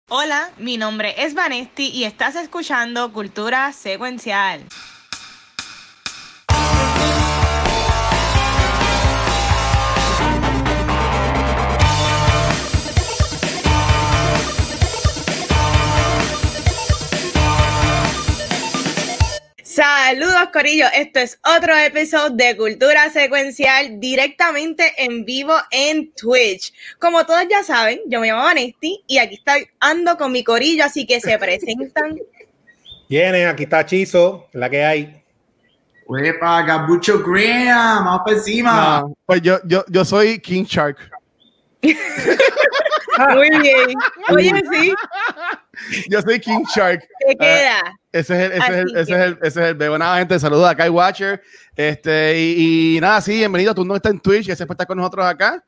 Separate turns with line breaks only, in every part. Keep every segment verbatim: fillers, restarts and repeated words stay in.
Hola, mi nombre es Vanesti y estás escuchando Cultura Secuencial. Saludos, corillo, esto es otro episodio de Cultura Secuencial directamente en vivo en Twitch. Como todos ya saben, yo me llamo Vanesti y aquí estoy, ando con mi corillo, así que se presentan.
Viene, aquí está Chizo, la que hay.
Uepa, Gabucho Graham, vamos para encima.
No, pues yo, yo, yo soy King Shark.
Muy bien. Oye, sí.
Yo soy King Shark.
¿Qué queda?
Uh, ese es el, ese es el,
que...
ese es el, ese es el bebé. Nada, gente, saludos a Kai Watcher. Este, y, y nada, sí, bienvenido. Tú no estás en Twitch, ese por estar con nosotros acá.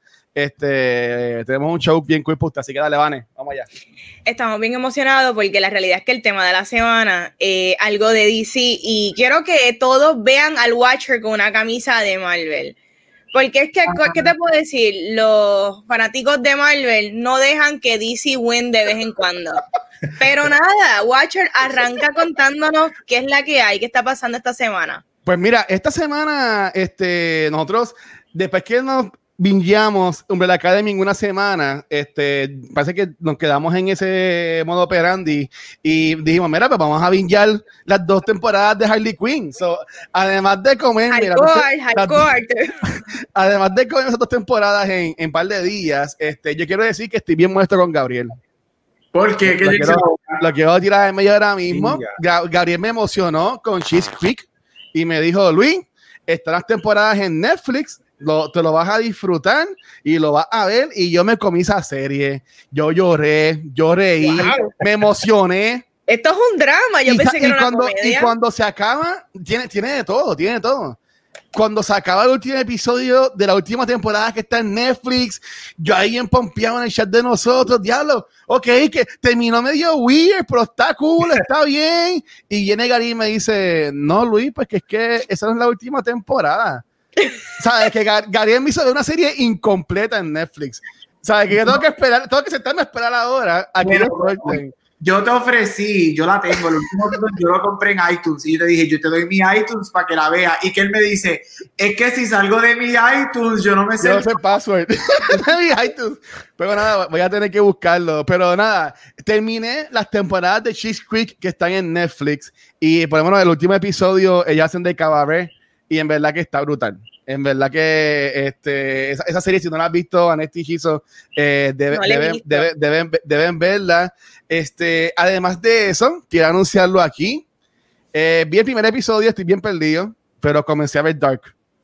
Este, tenemos un show bien cool, así que dale, Vane, vamos allá.
Estamos bien emocionados porque la realidad es que el tema de la semana es eh, algo de D C y quiero que todos vean al Watcher con una camisa de Marvel. Porque es que, ¿qué te puedo decir? Los fanáticos de Marvel no dejan que D C win de vez en cuando. Pero nada, Watcher arranca contándonos qué es la que hay, qué está pasando esta semana.
Pues mira, esta semana, este, nosotros, después que nos bingeamos Umbrella Academy en una semana, este, parece que nos quedamos en ese modo operandi y dijimos, mira, pues vamos a bingear las dos temporadas de Harley Quinn. So, además de comer, mira,
hardcore, hardcore.
además de comer esas dos temporadas en un par de días, este, yo quiero decir que estoy bien molesto con Gabriel.
¿Por qué? ¿Qué
lo, quiero, lo quiero tirar en medio ahora mismo. Ga Gabriel me emocionó con Cheese Creek y me dijo, Luis, están las temporadas en Netflix, lo, te lo vas a disfrutar y lo vas a ver. Y yo me comí esa serie, yo lloré, yo reí, wow. me emocioné.
Esto es un drama, yo
y,
pensé que era
cuando,
una comedia.
Y cuando se acaba, tiene, tiene de todo, tiene de todo. Cuando se acaba el último episodio de la última temporada que está en Netflix, yo ahí empompeado en el chat de nosotros, diablo, ok, que terminó medio weird, pero está cool, está bien. Y viene Gary y me dice, no, Luis, pues que es que esa no es la última temporada. ¿Sabes? Que Gary me hizo una serie incompleta en Netflix. ¿Sabes? Que yo tengo que esperar, tengo que sentarme a esperar ahora a que lo suelten.
Yo te ofrecí, yo la tengo, el último yo lo compré en iTunes y yo te dije, yo te doy mi iTunes para que la vea. Y que él me dice, es que si salgo de mi iTunes, yo no me sé.
Yo no sé el password de mi iTunes. Pero nada, voy a tener que buscarlo. Pero nada, terminé las temporadas de Cheese Creek que están en Netflix. Y por lo menos el último episodio, ellas hacen de cabaret. Y en verdad que está brutal. En verdad que este, esa, esa serie, si no la has visto, Anesti Chizo, eh, debe, no deben, visto. Debe, deben, deben verla. Este, además de eso, quiero anunciarlo aquí. Eh, vi el primer episodio, estoy bien perdido, pero comencé a ver Dark.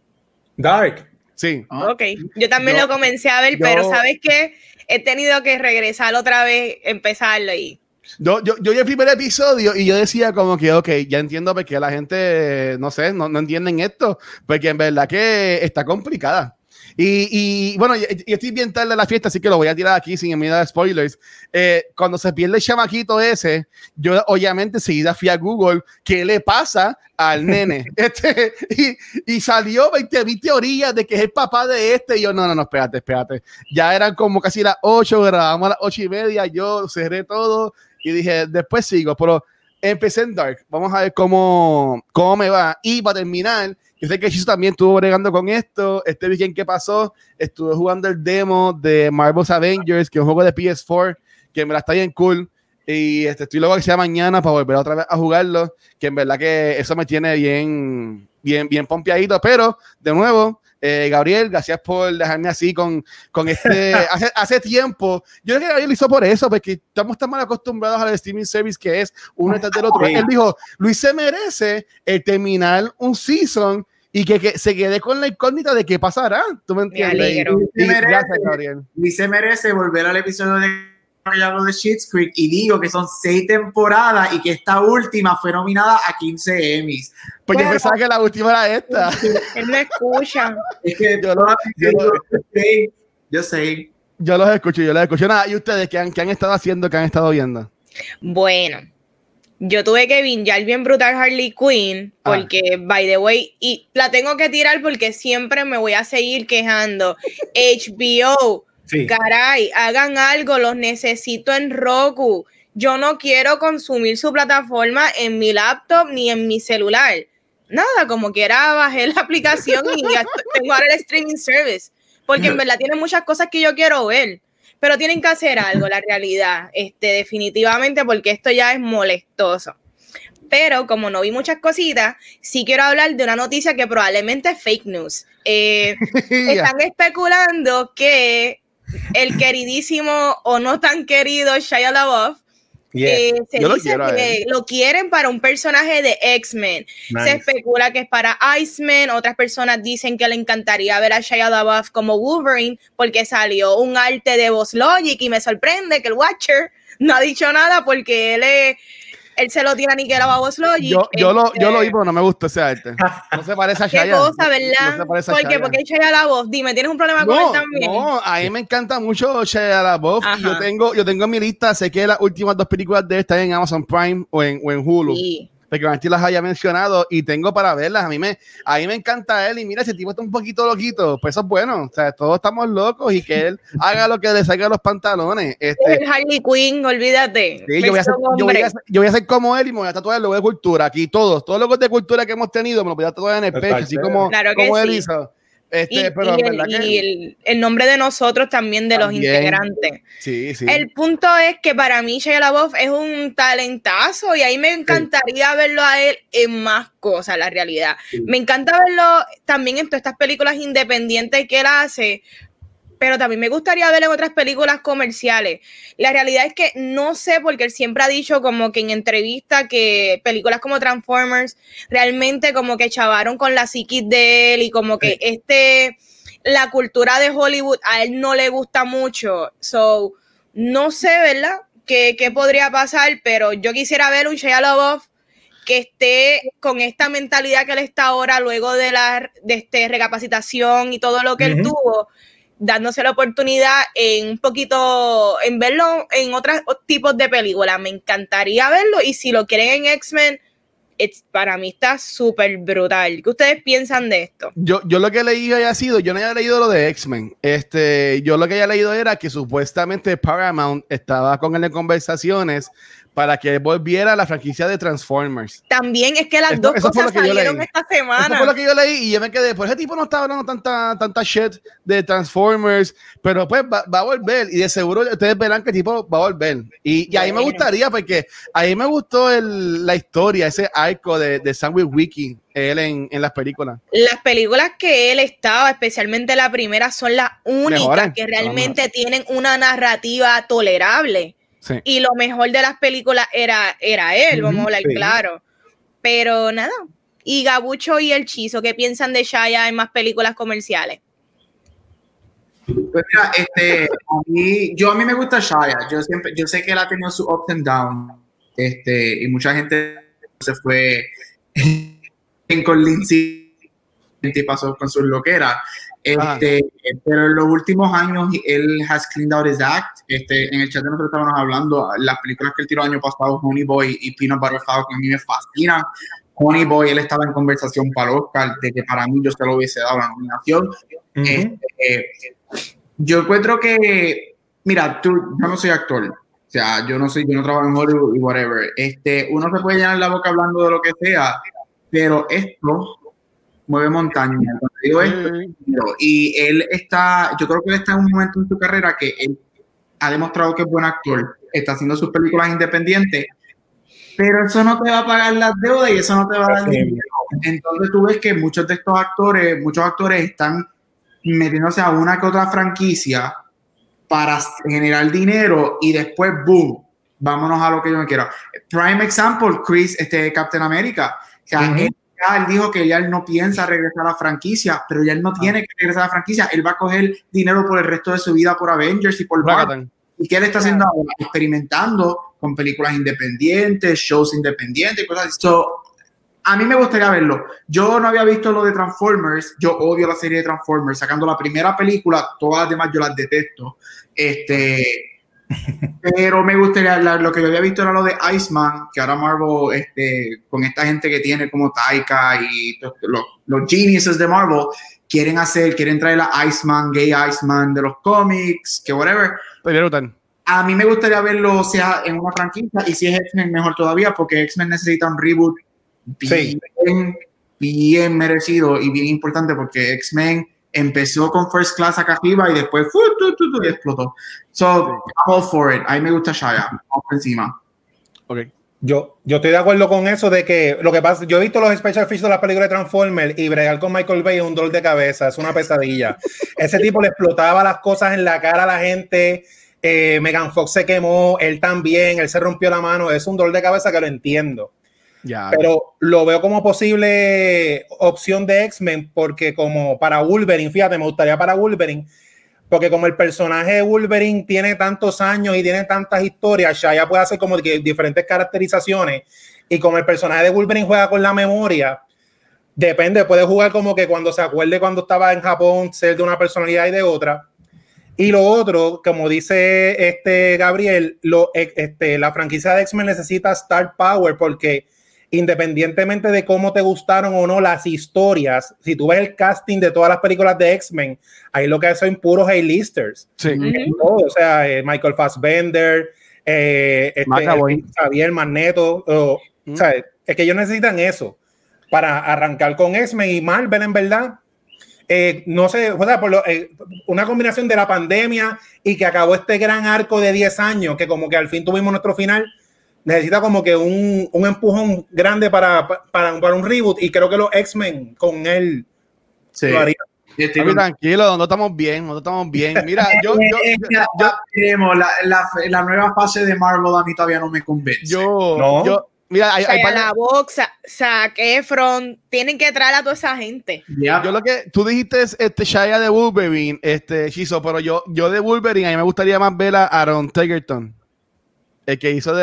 Dark.
Sí.
Ok, yo también yo, lo comencé a ver, yo, pero ¿sabes qué? He tenido que regresar otra vez, empezarlo y...
Yo, yo, yo vi el primer episodio y yo decía como que, ok, ya entiendo porque la gente, no sé, no, no entienden esto, porque en verdad que está complicada. Y, y bueno, yo, yo estoy bien tarde en la fiesta, así que lo voy a tirar aquí sin miedo a spoilers. Eh, cuando se pierde el chamaquito ese, yo obviamente enseguida fui a Google, ¿qué le pasa al nene? este, y, y salió veinte mil teorías de que es el papá de este. Y yo, no, no, no, espérate, espérate. Ya eran como casi las ocho, grabamos a las ocho y media, yo cerré todo y dije, después sigo, pero empecé en Dark. Vamos a ver cómo, cómo me va. Y para terminar, yo sé que Chizo también estuvo bregando con esto. Este weekend que pasó, estuve jugando el demo de Marvel's Avengers, que es un juego de P S cuatro, que me la está bien cool. Y este, estoy luego que sea mañana para volver otra vez a jugarlo, que en verdad que eso me tiene bien, bien, bien pompeadito. Pero, de nuevo, eh, Gabriel, gracias por dejarme así con, con este... hace, hace tiempo, yo creo que Gabriel lo hizo por eso, porque estamos tan mal acostumbrados al streaming service que es uno detrás del otro. Él dijo, Luis se merece el terminar un season y que, que se quede con la incógnita de qué pasará. ¿Tú me entiendes?
Y, y, y merece, gracias, Gabriel. Luis se merece volver al episodio de que hablo de Schitt's Creek y digo que son seis temporadas y que esta última fue nominada a quince Emmys.
Pues yo pensaba que la última era esta.
Él no escucha.
Es que yo, lo, yo, lo, yo, sé, yo sé.
Yo los escucho, yo los escucho. Nada, ¿y ustedes qué han, qué han estado haciendo, qué han estado viendo?
Bueno, yo tuve que bingear bien brutal Harley Quinn porque, ah. by the way, y la tengo que tirar porque siempre me voy a seguir quejando. H B O
Sí.
Caray, hagan algo, los necesito en Roku. Yo no quiero consumir su plataforma en mi laptop ni en mi celular. Nada, como quiera bajé la aplicación y ya tengo ahora el streaming service. Porque en verdad tiene muchas cosas que yo quiero ver. Pero tienen que hacer algo, la realidad, este, definitivamente, porque esto ya es molestoso. Pero como no vi muchas cositas, sí quiero hablar de una noticia que probablemente es fake news. Eh, yeah. Están especulando que el queridísimo o no tan querido Shia LaBeouf, yeah. eh, se Yo dice lo que lo quieren para un personaje de X-Men. Nice. Se especula que es para Iceman. Otras personas dicen que le encantaría ver a Shia LaBeouf como Wolverine porque salió un arte de Boss Logic y me sorprende que el Watcher no ha dicho nada porque él es... Él se lo tira a Nickel a Boss Logic.
Yo, yo, este, lo, yo lo vi, pero no me gustó ese arte. No se parece a Shia.
Qué cosa, ¿verdad? No se ¿Por qué? Porque Shia LaBeouf. Dime, ¿tienes un problema
no,
con él también?
No, a mí me encanta mucho Shia LaBeouf. Y yo tengo, yo tengo en mi lista, sé que las últimas dos películas de él están en Amazon Prime o en, o en Hulu. Sí. Porque Martín las haya mencionado y tengo para verlas. A mí me, a mí me encanta él y mira, ese tipo está un poquito loquito, pues eso es bueno. O sea, todos estamos locos y que él haga lo que le salga los pantalones. Este,
el Harley Quinn, olvídate.
Sí, yo, voy a hacer, yo, voy a hacer, yo voy a hacer como él y me voy a tatuar el logo de cultura. Aquí todos, todos los logos de cultura que hemos tenido me los voy a tatuar en el pecho, así como,
claro
como él
sí.
hizo. Este,
y,
pero
y, el, y
que...
el, el nombre de nosotros también, de también. Los integrantes.
Sí, sí.
El punto es que para mí Shia LaBeouf es un talentazo y ahí me encantaría sí. verlo a él en más cosas, la realidad. Sí. Me encanta verlo también en todas estas películas independientes que él hace, pero también me gustaría verlo en otras películas comerciales. La realidad es que no sé, porque él siempre ha dicho como que en entrevista que películas como Transformers realmente como que chavaron con la psiquis de él y como que sí. este, la cultura de Hollywood a él no le gusta mucho. So, no sé, ¿verdad? ¿Qué, qué podría pasar? Pero yo quisiera ver un Shia LaBeouf que esté con esta mentalidad que él está ahora luego de la de este recapacitación y todo lo que uh-huh. él tuvo, dándose la oportunidad en un poquito, en verlo en otros tipos de películas. Me encantaría verlo y si lo quieren en X-Men, para mí está súper brutal. ¿Qué ustedes piensan de esto?
Yo, yo lo que leí haya sido, yo no había leído lo de X-Men. Este, yo lo que había leído era que supuestamente Paramount estaba con él en conversaciones para que volviera a la franquicia de Transformers.
También es que las eso, dos eso cosas salieron esta semana.
Eso fue lo que yo leí y yo me quedé, pues ese tipo no está hablando tanta, tanta shit de Transformers, pero pues va, va a volver y de seguro ustedes verán que el tipo va a volver. Y, y ahí me gustaría, porque ahí me gustó el, la historia, ese arco de, de Sam Witwicky, él en, en las películas.
Las películas que él estaba, especialmente la primera, son las únicas Mejoran. que realmente Vamos. tienen una narrativa tolerable. Sí. Y lo mejor de las películas era, era él, vamos a hablar sí. claro. Pero nada. Y Gabucho y el Chizo, ¿qué piensan de Shia en más películas comerciales?
Pues mira, este, a mí, yo a mí me gusta Shia. Yo siempre, yo sé que él ha tenido su ups and downs. Este, y mucha gente se fue con Lindsay y pasó con sus loqueras. Este, ah. Pero en los últimos años él has cleaned out his act. Este, en el chat de nosotros estábamos hablando las películas que él tiró el año pasado, Honey Boy y Peanut Butter Falcon, a mí me fascinan. Honey Boy, él estaba en conversación para el Oscar, de que para mí yo se lo hubiese dado la nominación. Uh-huh. este, eh, yo encuentro que, mira, tú, yo no soy actor, o sea, yo no soy, yo no trabajo en Hollywood y whatever. Este, uno se puede llenar la boca hablando de lo que sea, pero esto mueve montañas. Digo esto, y él está, yo creo que él está en un momento en su carrera que él ha demostrado que es buen actor, está haciendo sus películas independientes, pero eso no te va a pagar las deudas y eso no te va a dar dinero. Entonces tú ves que muchos de estos actores, muchos actores están metiéndose a una que otra franquicia para generar dinero y después, boom, vámonos a lo que yo me quiero. Prime example, Chris, este, Captain America. O sea, uh-huh. él, ya, él dijo que ya él no piensa regresar a la franquicia, pero ya él no uh-huh. tiene que regresar a la franquicia. Él va a coger dinero por el resto de su vida por Avengers y por Marvel. ¿Y qué él está haciendo ahora? Experimentando con películas independientes, shows independientes, cosas así. So, a mí me gustaría verlo. Yo no había visto lo de Transformers. Yo odio la serie de Transformers. Sacando la primera película, todas las demás yo las detesto. Este... pero me gustaría, la, lo que yo había visto era lo de Iceman, que ahora Marvel, este, con esta gente que tiene como Taika y los, los geniuses de Marvel, quieren hacer, quieren traer a Iceman, gay Iceman de los cómics, que whatever. A mí me gustaría verlo, o sea, en una franquicia, y si es X-Men, mejor todavía, porque X-Men necesita un reboot bien, sí. bien merecido y bien importante, porque X-Men empezó con First Class acá arriba y después fu, tu, tu, tu, y explotó. So, I'm all for it. A mí me gusta Shia, vamos por encima.
Okay. Yo, yo estoy de acuerdo con eso de que lo que pasa, yo he visto los special features de las películas de Transformers y bregar con Michael Bay es un dolor de cabeza, es una pesadilla. Ese tipo le explotaba las cosas en la cara a la gente. Eh, Megan Fox se quemó, él también, él se rompió la mano, es un dolor de cabeza que lo entiendo. Ya, pero lo veo como posible opción de X-Men porque como para Wolverine, fíjate, me gustaría para Wolverine, porque como el personaje de Wolverine tiene tantos años y tiene tantas historias, Shia puede hacer como que diferentes caracterizaciones y como el personaje de Wolverine juega con la memoria, depende, puede jugar como que cuando se acuerde cuando estaba en Japón, ser de una personalidad y de otra. Y lo otro, como dice este Gabriel, lo, este, la franquicia de X-Men necesita Star Power porque independientemente de cómo te gustaron o no las historias, si tú ves el casting de todas las películas de X-Men, ahí lo que son puros A-listers.
Sí.
Uh-huh. O sea, eh, Michael Fassbender, eh, este, Xavier Magneto, o, uh-huh. o sea, es que ellos necesitan eso para arrancar con X-Men y Marvel en verdad. Eh, no sé, o sea, por lo, eh, una combinación de la pandemia y que acabó este gran arco de diez años, que como que al fin tuvimos nuestro final, necesita como que un, un empujón grande para, para, para un reboot y creo que los X-Men con él
sí. lo harían. Papi, tranquilo, no estamos bien, no estamos bien. Mira, yo, yo, yo,
yo, yo la, la, la nueva fase de Marvel a mí todavía no me convence.
Yo,
no.
yo Mira, hay, hay
la Box, Zac Efron, tienen que traer a toda esa gente.
Yeah. Yo lo que tú dijiste es este Shia de Wolverine, este Chizo, pero yo, yo de Wolverine a mí me gustaría más ver a Aaron Egerton, el que hizo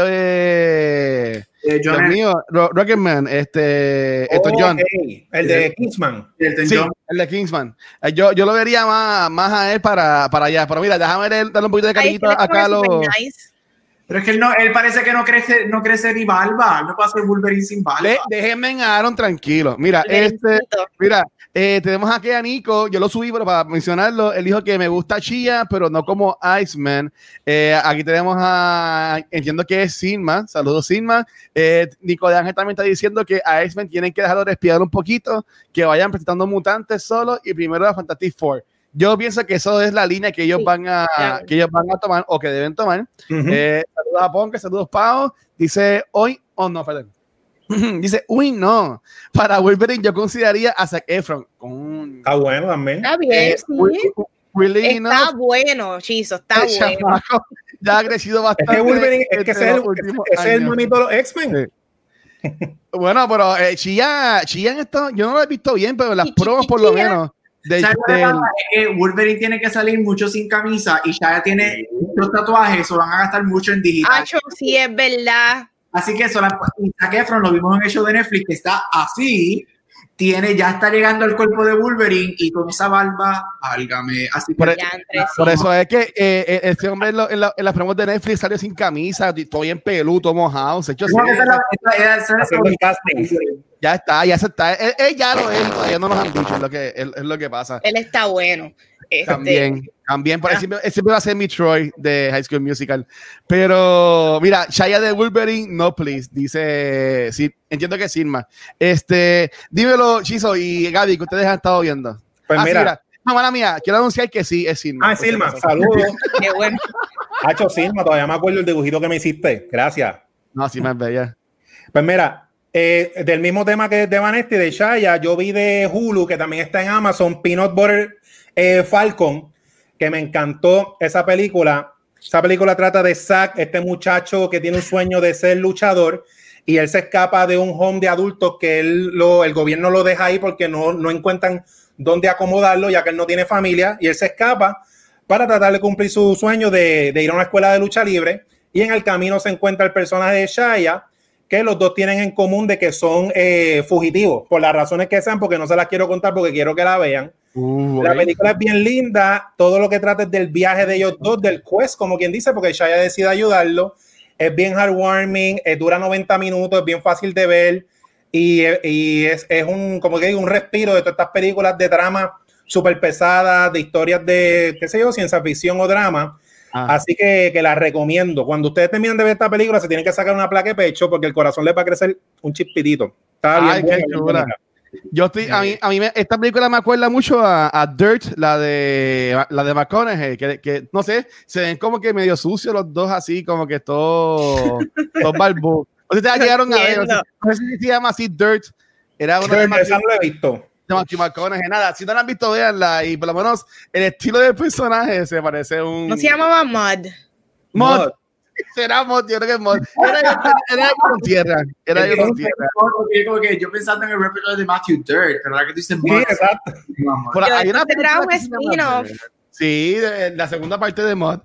de eh, Dios mío, Rocketman, este,
oh,
John,
okay. el de Kingsman,
el, sí, el de Kingsman. Yo, yo lo vería más, más a él para, para allá, pero mira, déjame darle un poquito de cariñito acá a los.
Nice. Pero es que él, no, él parece que no crece, no crece ni barba. No puede ser Wolverine sin barba.
De, déjenme a Aaron tranquilo. Mira, este, mira eh, tenemos aquí a Nico. Yo lo subí, pero para mencionarlo, él dijo que me gusta Shia, pero no como Iceman. Eh, aquí tenemos a, entiendo que es Sinma. Saludos, Sinma. Eh, Nico de Ángel también está diciendo que a Iceman tienen que dejarlo respirar un poquito, que vayan presentando mutantes solo y primero a Fantastic Four. Yo pienso que eso es la línea que ellos sí, van a claro. que ellos van a tomar o que deben tomar. Uh-huh. eh, saludos a Ponke, saludos Pau. Dice hoy o oh, no, perdón. Dice, uy, no. Para Wolverine yo consideraría a Zac Efron.
Con... Está bueno también.
Está bien, eh, sí. Will,
Will,
está no, bueno, Chizo, está bueno.
Chamaco, ya ha crecido bastante.
Es que Wolverine, es que ese es el, ese es el monito de los X-Men.
Sí. Bueno, pero eh, Shia, Shia en esto, yo no lo he visto bien, pero en las pruebas por lo menos.
De, ¿sabes de, es que Wolverine tiene que salir mucho sin camisa y Shia tiene muchos tatuajes, o van a gastar mucho en digital.
Acho, sí, es verdad.
Así que Zac Efron, lo vimos en el show de Netflix, que está así, tiene, ya está llegando al cuerpo de Wolverine y con esa barba, válgame. Así
por,
que,
el, por eso es que eh, este hombre en, lo, en, la, en las promos de Netflix salió sin camisa, todo bien peludo, todo mojado. Se echó no, esa la, esa, esa, esa, ya está, ya se está. Él, él ya lo es, todavía no nos han dicho, es lo que, es, es lo que pasa.
Él está bueno. Este...
También, también, por ah. siempre, siempre va a ser mi Troy de High School Musical. Pero, mira, Shia de Wolverine, no, please, dice, sí, entiendo que es Silma. Este, dímelo, Chizo y Gaby, que ustedes han estado viendo.
Pues ah, mira. Sí, mira.
No, mala mía, quiero anunciar que sí, es Silma.
Ah, es Silma, saludos. Qué bueno. Hacho Silma, todavía me acuerdo el dibujito que me hiciste. Gracias.
No, Silma es bella.
Pues mira, eh, del mismo tema que de Vanesti, de Shia, yo vi de Hulu, que también está en Amazon, Peanut Butter eh, Falcon, que me encantó esa película. Esa película trata de Zack, este muchacho que tiene un sueño de ser luchador y él se escapa de un home de adultos que él lo, el gobierno lo deja ahí porque no, no encuentran dónde acomodarlo, ya que él no tiene familia, y él se escapa para tratar de cumplir su sueño de, de ir a una escuela de lucha libre, y en el camino se encuentra el personaje de Shia, que los dos tienen en común de que son eh, fugitivos, por las razones que sean, porque no se las quiero contar porque quiero que la vean. Uh, la película es bien linda, todo lo que trata es del viaje de ellos dos, del quest, como quien dice, porque Shia decide ayudarlo. Es bien heartwarming, eh, dura noventa minutos, es bien fácil de ver y, y es, es un, como que digo, un respiro de todas estas películas de drama súper pesadas, de historias de, qué sé yo, ciencia ficción o drama. Ah. Así que, que la recomiendo. Cuando ustedes terminan de ver esta película, se tienen que sacar una placa de pecho porque el corazón les va a crecer un chispitito. Está
Ay,
bien
qué
buena.
Yo estoy, a mí, a mí me, esta película me acuerda mucho a, a Dirt, la de la de McConaughey, que, que no sé, se ven como que medio sucios los dos, así como que todos dos barbos. O sea, ustedes llegaron a ver, no sé si se llama así Dirt, era una
Dirt, de esa no la he visto.
De Matthew McConaughey, nada, si no la han visto, véanla, y por lo menos el estilo del personaje se parece a un...
¿No se llamaba Mud?
Mud. Mud. Será Mod, yo creo que es Mod. Era, era, era con tierra. Era yo con tierra.
Como que yo pensando en el repertorio de Matthew Dirt, pero ahora que tú dices Mod.
Sí, exacto.
Por, hay una
un spin-off.
Sí, de, la segunda parte de Mod.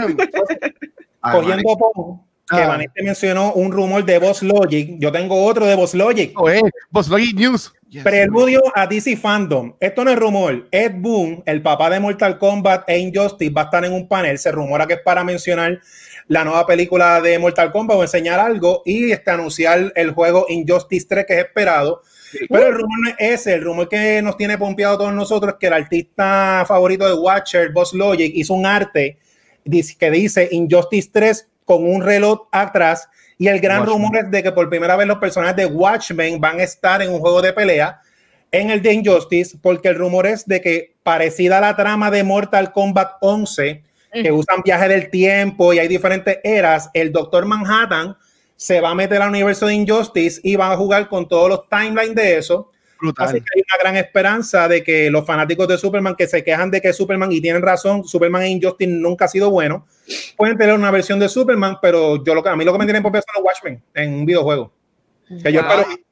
Cogiendo poco, que Vanessa mencionó un rumor de Boss Logic. Yo tengo otro de Boss Logic.
Oh, eh, Boss Logic News.
Yes, Preludio man. A D C Fandom. Esto no es rumor. Ed Boon, el papá de Mortal Kombat e Injustice, va a estar en un panel. Se rumora que es para mencionar la nueva película de Mortal Kombat o enseñar algo y este, anunciar el juego Injustice tres que es esperado. Sí. Pero el rumor no es ese. El rumor que nos tiene pompeado a todos nosotros es que el artista favorito de Watcher, Boss Logic, hizo un arte que dice Injustice tres con un reloj atrás. Y el gran Watchmen. rumor es de que por primera vez los personajes de Watchmen van a estar en un juego de pelea en el de Injustice, porque el rumor es de que parecida a la trama de Mortal Kombat once, mm. que usan viaje del tiempo y hay diferentes eras, el Doctor Manhattan se va a meter al universo de Injustice y van a jugar con todos los timelines de eso. Brutal. Así que hay una gran esperanza de que los fanáticos de Superman que se quejan de que Superman, y tienen razón, Superman en Injustice nunca ha sido bueno, pueden tener una versión de Superman, pero yo lo que, a mí lo que me tienen por pensar son los Watchmen en un videojuego. Que yo espero que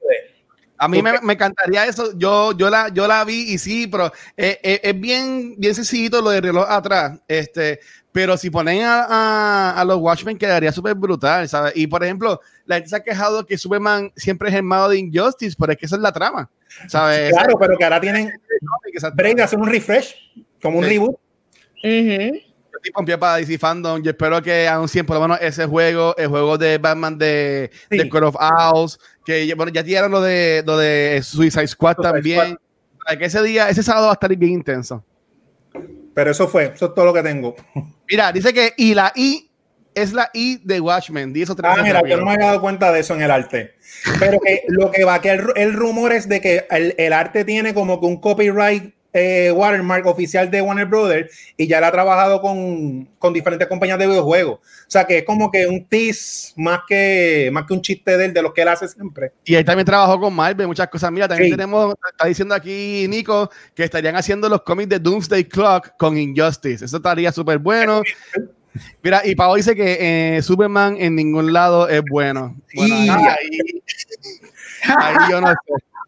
a mí me, me encantaría eso. Yo, yo, la, yo la vi y sí, pero es, es, es bien, bien sencillito lo de reloj atrás. Este, pero si ponen a, a, a los Watchmen quedaría súper brutal, ¿sabes? Y por ejemplo, la gente se ha quejado que Superman siempre es el malo de Injustice, pero es que esa es la trama, ¿sabes?
Claro, pero que ahora tienen break de hacer un refresh, como un sí. reboot.
Uh-huh.
Yo estoy pompeado para D C Fandom. Yo espero que anuncien por lo menos ese juego, el juego de Batman de, sí. de Court of Owls, que bueno, ya tiraron lo de, lo de Suicide Squad Suicide también. Squad. Que ese día, ese sábado va a estar bien intenso.
Pero eso fue, eso es todo lo que tengo.
Mira, dice que y la I es la I de Watchmen. Dice
ah, mira, yo no me había dado cuenta de eso en el arte. Pero que lo que va, que el, el rumor es de que el, el arte tiene como que un copyright eh, watermark oficial de Warner Brothers y ya la ha trabajado con, con diferentes compañías de videojuegos. O sea que es como que un tease más que, más que un chiste de él, de lo que él hace siempre.
Y él también trabajó con Marvel, muchas cosas. Mira, también sí. tenemos, está diciendo aquí Nico, que estarían haciendo los cómics de Doomsday Clock con Injustice. Eso estaría súper bueno. Mira, y Pau dice que eh, Superman en ningún lado es bueno. Bueno, ahí, ahí, ahí yo no sé.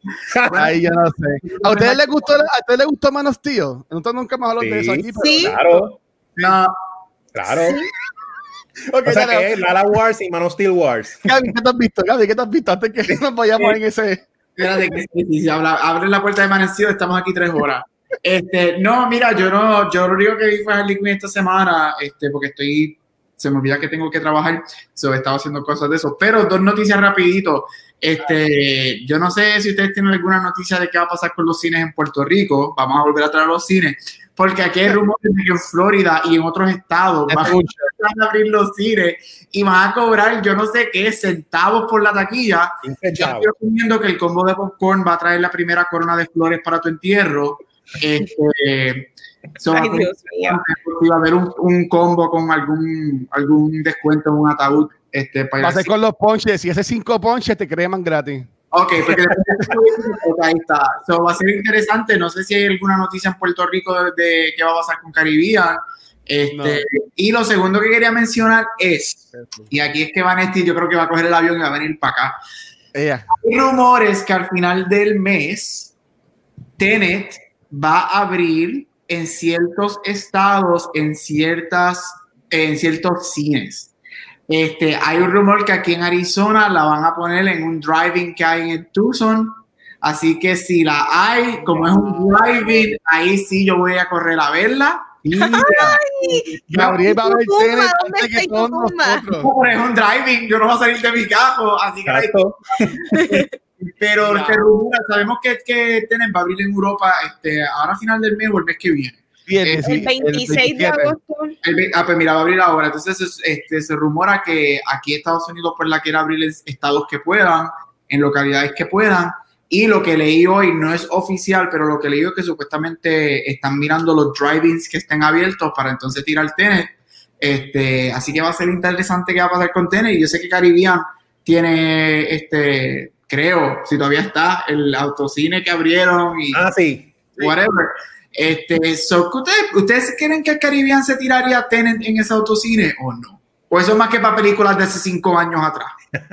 Ahí yo no sé. ¿A ustedes les gustó, a ustedes les gustó Man of Steel? Nosotros nunca hemos hablado sí, de eso aquí. Pero
sí.
Claro. No. Claro.
Sí.
Okay, o sea que es Lala Wars y Man of Steel Wars.
Gaby, ¿qué te has visto? Gaby, ¿qué te has visto? Antes que nos vayamos en ese...
Espérate que si, si habla, abre la puerta de Man of Steel, estamos aquí tres horas. Este, no, mira, yo no, yo lo único que vi fue Harley Quinn esta semana, este, porque estoy, se me olvida que tengo que trabajar, so, estaba haciendo cosas de eso, pero dos noticias rapidito. Este, yo no sé si ustedes tienen alguna noticia de qué va a pasar con los cines en Puerto Rico. Vamos a volver a traer los cines, porque aquí hay rumores de que en Florida y en otros estados van a abrir los cines y van a cobrar, yo no sé qué, centavos por la taquilla. Yo estoy asumiendo que el combo de popcorn va a traer la primera corona de flores para tu entierro. Este, so, Ay, Dios mío. Va a haber un, un combo con algún, algún descuento en un ataúd. Este, para
va a ser con los ponches. Si hace cinco ponches, te creman gratis.
Ok, porque ahí está. So, va a ser interesante. No sé si hay alguna noticia en Puerto Rico de, de qué va a pasar con Caribbean. Este, no. Y lo segundo que quería mencionar es, y aquí es que Vanesti yo creo que va a coger el avión y va a venir para acá.
Ella.
Hay rumores que al final del mes Tenet va a abrir en ciertos estados, en ciertas, en ciertos cines. Este, hay un rumor que aquí en Arizona la van a poner en un drive-in que hay en Tucson. Así que si la hay, como es un drive-in, ahí sí yo voy a correr a verla.
Ay,
Gabriel va a ver Tenet antes que todos nosotros.
Es un driving, yo no voy a salir de mi carro, así que Pero
Ya.
se rumora, sabemos que, que Tenet va a abrir en Europa este, ahora a final del mes o el mes que viene.
Sí, el,
Eh,
sí,
El veintiséis de
veintisiete.
agosto.
El ve- ah, pues mira, va a abrir ahora. Entonces este, se rumora que aquí Estados Unidos pues la quiere abrir en estados que puedan, en localidades que puedan. Y lo que leí hoy no es oficial, pero lo que leí es que supuestamente están mirando los drive-ins que estén abiertos para entonces tirar Tenet. Este, así que va a ser interesante qué va a pasar con Tenet. Y yo sé que Caribbean tiene, este, creo, si todavía está, el autocine que abrieron y
Ah, sí.
whatever. Este, so, ¿ustedes, ¿Ustedes creen que el Caribbean se tiraría Tenet en ese autocine o no? ¿O eso es más que para películas de hace cinco años atrás?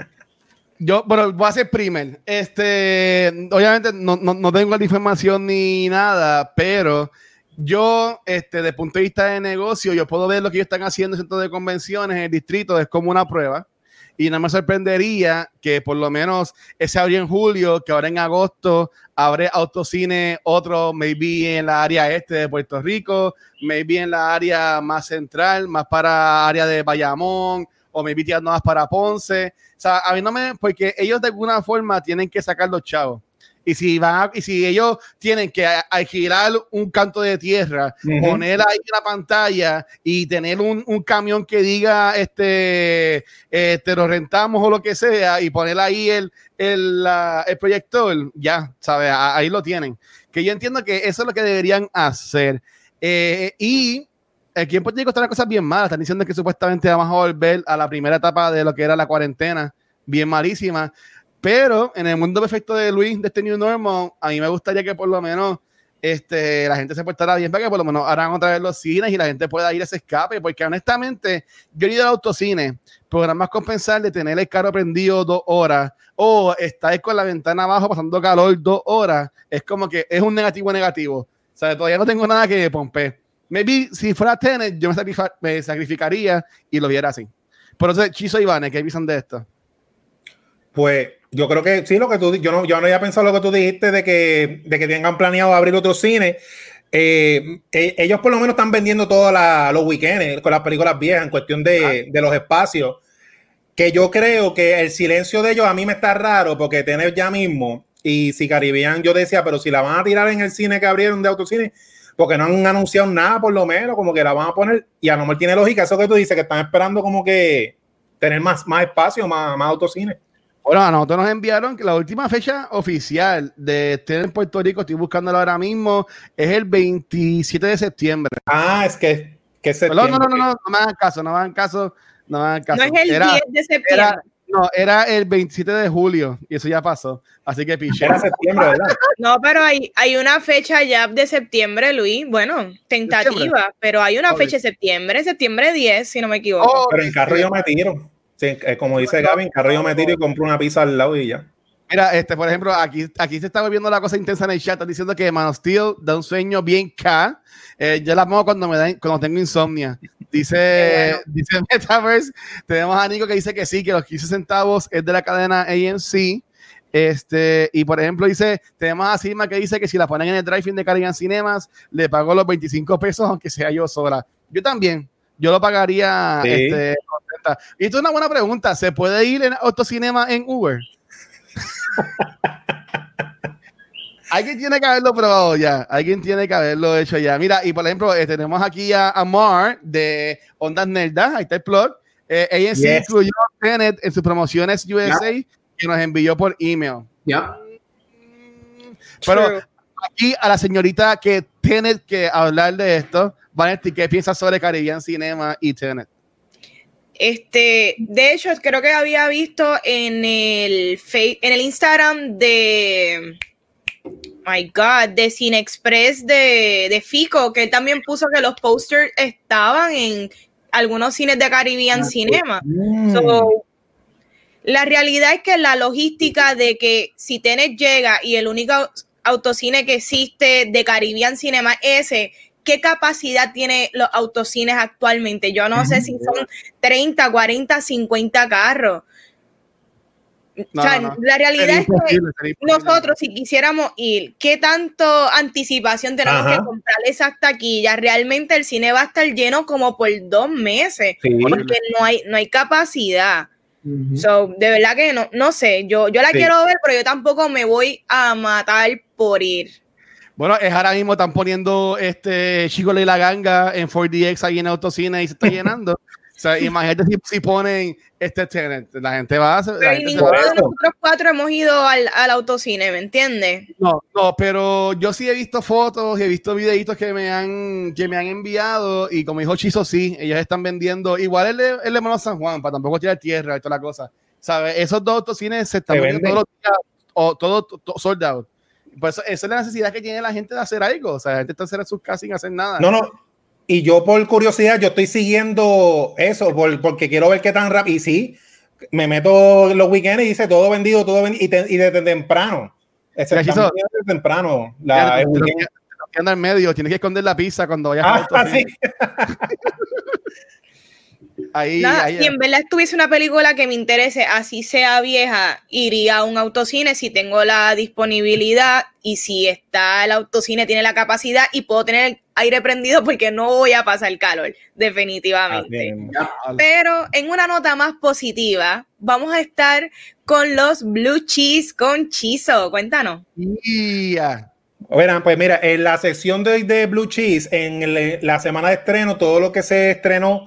Yo, bueno, voy a hacer primer. Este, obviamente no, no, no tengo la información ni nada, pero yo, este, desde el punto de vista de negocio, yo puedo ver lo que ellos están haciendo en centros de convenciones en el distrito, es como una prueba. Y no me sorprendería que por lo menos ese abrió en julio, que ahora en agosto abre autocine otro, maybe en la área este de Puerto Rico, maybe en la área más central, más para área de Bayamón, o maybe tirando más para Ponce. O sea, a mí no me, porque ellos de alguna forma tienen que sacar los chavos. Y si van a, y si ellos tienen que alquilar un canto de tierra,
Uh-huh.
poner ahí la pantalla y tener un, un camión que diga este eh, te lo rentamos o lo que sea, y poner ahí el, el, la, el proyector, ya, ¿sabes? Ahí lo tienen. Que yo entiendo que eso es lo que deberían hacer. Eh, y aquí en Puerto Rico están las cosas bien malas. Están diciendo que supuestamente vamos a volver a la primera etapa de lo que era la cuarentena, bien malísima. Pero en el mundo perfecto de Luis, de este New Normal, a mí me gustaría que por lo menos este, la gente se portara bien, para que por lo menos harán otra vez los cines y la gente pueda ir a ese escape. Porque honestamente, yo he ido al autocine, pero nada más compensar de tener el carro prendido dos horas o estar con la ventana abajo pasando calor dos horas, es como que es un negativo negativo. O sea, todavía no tengo nada que pompe. Maybe si fuera Tenet, yo me, sacrific me sacrificaría y lo viera así. Por eso, Chizo y Vane, ¿qué piensan de esto?
Pues yo creo que sí, lo que tú yo no, yo no había pensado lo que tú dijiste de que, de que tengan planeado abrir otro cine. Eh, eh, ellos por lo menos están vendiendo todos los weekends con las películas viejas en cuestión de, de los espacios. Que yo creo que el silencio de ellos a mí me está raro porque tener ya mismo, y si Caribbean, yo decía, pero si la van a tirar en el cine que abrieron de autocine, porque no han anunciado nada por lo menos, como que la van a poner, y a no me tiene lógica eso que tú dices, que están esperando como que tener más, más espacio, más, más autocine.
Bueno, a nosotros nos enviaron que la última fecha oficial de Tenet en Puerto Rico, estoy buscándola ahora mismo, es el veintisiete de septiembre.
Ah, es que, que es
Perdón, no, no, no, no, no me hagan caso, no me hagan caso, no me hagan caso.
No es el
era,
diez de septiembre.
Era, no, era el veintisiete de julio y eso ya pasó. Así que piché.
Era septiembre, ¿verdad?
No, pero hay, hay una fecha ya de septiembre, Luis. Bueno, tentativa, ¿Septiembre? Pero hay una fecha de septiembre, septiembre diez, si no me equivoco.
Oh, pero en carro yo me tiro. Sí, como dice Gaby, en carro yo me tiro y compro una pizza al lado y ya.
Mira, este, por ejemplo, aquí, aquí se está volviendo la cosa intensa en el chat. Están diciendo que Man of Steel da un sueño bien K. Eh, yo la pongo cuando me dan, cuando tengo insomnia. Dice, bueno. dice Metaverse. Tenemos a Nico que dice que sí, que los quince centavos es de la cadena A M C. Este, y por ejemplo, dice, tenemos a Sigma que dice que si la ponen en el drive-in de Caribbean Cinemas, le pago los veinticinco pesos, aunque sea yo sola. Yo también. Yo lo pagaría. Sí. Este, contenta. Y esto es una buena pregunta. ¿Se puede ir en autocinema en Uber? Alguien tiene que haberlo probado ya. Alguien tiene que haberlo hecho ya. Mira, y por ejemplo, eh, tenemos aquí a, a Mar de Ondas Nerdas. Ahí está el plug. Eh, A M C yes. incluyó Tenet en sus promociones U S A yep. que nos envió por email.
Yep.
Pero True. Aquí a la señorita que tiene que hablar de esto, Vanetti, ¿qué piensas sobre Caribbean Cinema y Tenet?
Este, de hecho, creo que había visto en el en el Instagram de my God, de Cine Express de, de Fico, que él también puso que los posters estaban en algunos cines de Caribbean okay. Cinema. Mm. So, la realidad es que la logística de que si Tenet llega y el único autocine que existe de Caribbean Cinema es ese, ¿qué capacidad tiene los autocines actualmente? Yo no mm. sé si son treinta, cuarenta, cincuenta carros. No, o sea, no, no. La realidad es que nosotros, si quisiéramos ir, ¿qué tanto anticipación tenemos Ajá. que comprar esa taquilla? Realmente el cine va a estar lleno como por dos meses, sí. porque no hay, no hay capacidad. Uh-huh. So, de verdad que no, no sé, yo, yo la sí. quiero ver, pero yo tampoco me voy a matar por ir.
Bueno, es ahora mismo están poniendo este Chico y la Ganga en cuatro D X ahí en autocine y se está llenando. O sea, imagínate si, si ponen este Tenet, la gente va a hacer.
Pero ninguno de nosotros cuatro hemos ido al, al autocine, ¿me entiendes?
No, no, pero yo sí he visto fotos y he visto videitos que me han, que me han enviado y como dijo Chizo, sí, ellos están vendiendo. Igual el de, el de Mano San Juan, para tampoco tirar tierra y toda la cosa. ¿Sabes? Esos dos autocines se están vendiendo todos los días, o todo, todo sold out. Pues esa es la necesidad que tiene la gente de hacer algo. O sea, la gente está en sus casas sin hacer nada.
No, no. Y yo por curiosidad, yo estoy siguiendo eso por, porque quiero ver qué tan rápido. Y sí, me meto los weekends y dice todo vendido, todo vendido. Y, te, y desde temprano. Desde temprano. La,
el weekend. Que anda en medio, tienes que esconder la pizza cuando vayas
ah,
a
sí.
Ahí,
Nada,
ahí,
si en verdad estuviese una película que me interese, así sea vieja, iría a un autocine si tengo la disponibilidad y si está el autocine, tiene la capacidad y puedo tener el aire prendido porque no voy a pasar calor, definitivamente. Pero en una nota más positiva, vamos a estar con los Blue Cheese con Chizo. Cuéntanos.
Yeah.
Bueno, pues mira, en la sección de, de Blue Cheese, en el, la semana de estreno, todo lo que se estrenó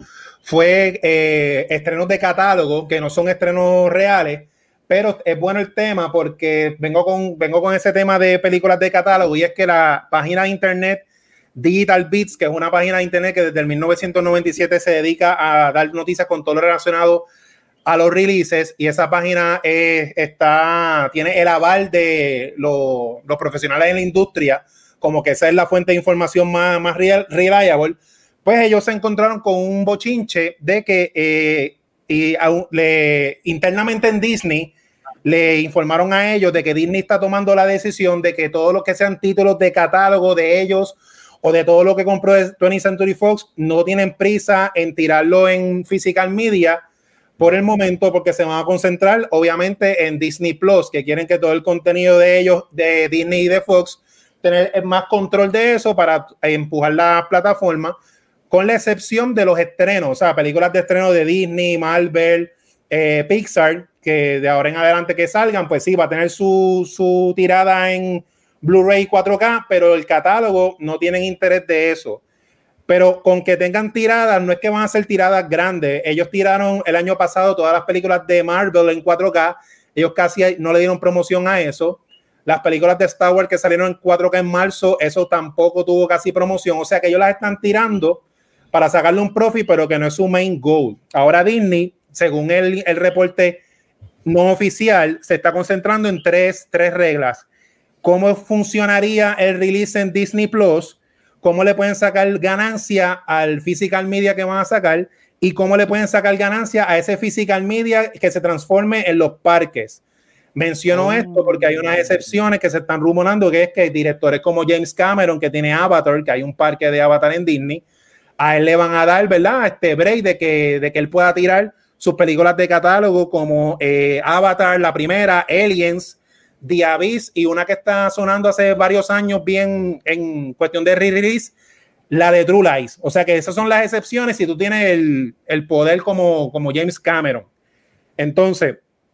fue eh, estrenos de catálogo, que no son estrenos reales, pero es bueno el tema porque vengo con, vengo con ese tema de películas de catálogo, y es que la página de internet Digital Beats, que es una página de internet que desde el mil novecientos noventa y siete se dedica a dar noticias con todo lo relacionado a los releases, y esa página eh, está, tiene el aval de lo, los profesionales en la industria, como que esa es la fuente de información más, más real, reliable. Pues ellos se encontraron con un bochinche de que eh, y a, le, internamente en Disney le informaron a ellos de que Disney está tomando la decisión de que todo lo que sean títulos de catálogo de ellos o de todo lo que compró twentieth Century Fox no tienen prisa en tirarlo en physical media por el momento, porque se van a concentrar obviamente en Disney Plus, que quieren que todo el contenido de ellos, de Disney y de Fox, tener más control de eso para empujar la plataforma, con la excepción de los estrenos, o sea, películas de estreno de Disney, Marvel, eh, Pixar, que de ahora en adelante que salgan, pues sí, va a tener su, su tirada en Blu-ray cuatro K, pero el catálogo no tienen interés de eso. Pero con que tengan tiradas, no es que van a ser tiradas grandes. Ellos tiraron el año pasado todas las películas de Marvel en cuatro K, ellos casi no le dieron promoción a eso. Las películas de Star Wars que salieron en cuatro K en marzo, eso tampoco tuvo casi promoción, o sea que ellos las están tirando para sacarle un profit, pero que no es su main goal. Ahora Disney, según el, el reporte no oficial, se está concentrando en tres, tres reglas. ¿Cómo funcionaría el release en Disney Plus? ¿Cómo le pueden sacar ganancia al physical media que van a sacar? ¿Y cómo le pueden sacar ganancia a ese physical media que se transforme en los parques? Menciono oh. esto porque hay unas excepciones que se están rumorando, que es que directores como James Cameron, que tiene Avatar, que hay un parque de Avatar en Disney, a él le van a dar, ¿verdad?, este break de que, de que él pueda tirar sus películas de catálogo como eh, Avatar, la primera, Aliens, The Abyss, y una que está sonando hace varios años bien en cuestión de re-release, la de True Lies. O sea que esas son las excepciones si tú tienes el, el poder como, como James Cameron. Entonces,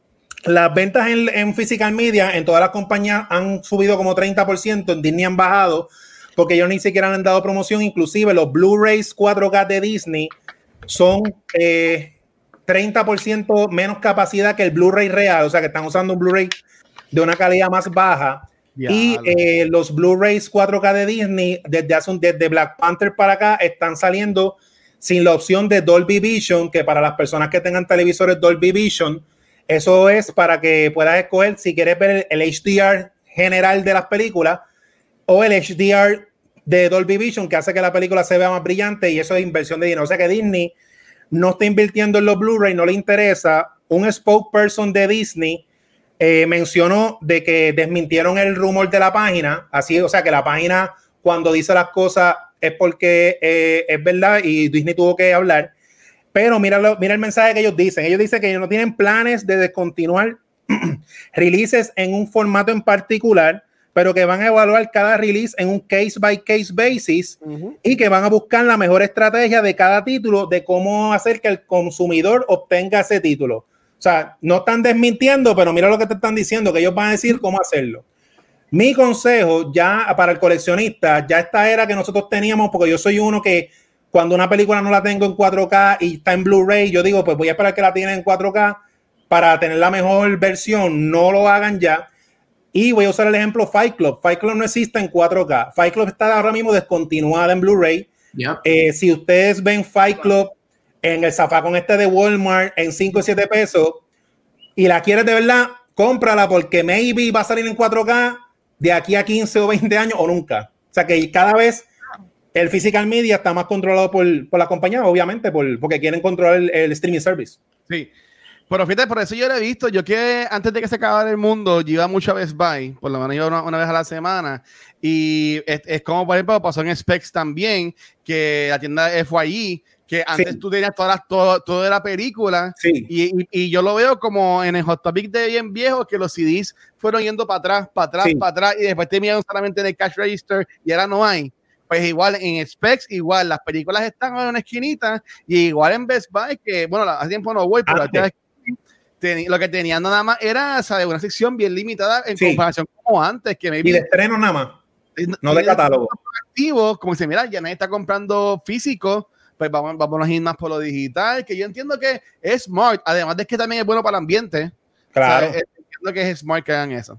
las ventas en, en physical media en todas las compañías han subido como treinta por ciento, en Disney han bajado, porque ellos ni siquiera han dado promoción. Inclusive los Blu-rays cuatro K de Disney son eh, treinta por ciento menos capacidad que el Blu-ray real, o sea que están usando un Blu-ray de una calidad más baja. Ya, y eh, los Blu-rays cuatro K de Disney desde, hace un, desde Black Panther para acá están saliendo sin la opción de Dolby Vision, que para las personas que tengan televisores Dolby Vision, eso es para que puedas escoger si quieres ver el, el H D R general de las películas o el H D R de Dolby Vision, que hace que la película se vea más brillante, y eso es inversión de dinero. O sea que Disney no está invirtiendo en los Blu-ray, no le interesa. Un spokesperson de Disney eh, mencionó de que desmintieron el rumor de la página, así, o sea que la página cuando dice las cosas es porque eh, es verdad, y Disney tuvo que hablar. Pero mira, lo, mira el mensaje que ellos dicen. Ellos dicen que ellos no tienen planes de descontinuar releases en un formato en particular, pero que van a evaluar cada release en un case by case basis, uh-huh, y que van a buscar la mejor estrategia de cada título de cómo hacer que el consumidor obtenga ese título. O sea, no están desmintiendo, pero mira lo que te están diciendo, que ellos van a decir cómo hacerlo. Mi consejo ya para el coleccionista, ya esta era que nosotros teníamos, porque yo soy uno que cuando una película no la tengo en cuatro K y está en Blu-ray, yo digo, pues voy a esperar que la tienen en cuatro K para tener la mejor versión. No lo hagan ya. Y voy a usar el ejemplo Fight Club. Fight Club no existe en cuatro K. Fight Club está ahora mismo descontinuada en Blu-ray. Yep. Eh, si ustedes ven Fight Club en el zafacón este de Walmart en cinco y siete pesos y la quieres de verdad, cómprala porque maybe va a salir en cuatro K de aquí a quince o veinte años o nunca. O sea que cada vez el physical media está más controlado por, por la compañía, obviamente, por, porque quieren controlar el, el streaming service.
Sí. Pero fíjate, por eso yo lo he visto. Yo que antes de que se acabara el mundo, yo iba mucho a Best Buy, por lo menos yo una, una vez a la semana. Y es, es como, por ejemplo, pasó en Specs también, que la tienda F Y E, que antes sí. tú tenías todas las, todo, todo de la película.
Sí.
Y, y, y yo lo veo como en el Hot Topic de bien viejo, que los C Ds fueron yendo para atrás, para atrás, sí. para atrás, y después terminaron solamente en el cash register y ahora no hay. Pues igual en Specs, igual las películas están en una esquinita, y igual en Best Buy, que bueno, hace tiempo no voy, pero ah, Ten, lo que tenían nada más era, ¿sabes? Una sección bien limitada en sí. comparación como antes. Que maybe,
y de estreno nada más, no de catálogo.
Activo, como dice, mira, ya nadie está comprando físico, pues vamos, vamos a ir más por lo digital, que yo entiendo que es smart, además de que también es bueno para el ambiente.
Claro.
¿Sabes? Entiendo que es smart que hagan eso.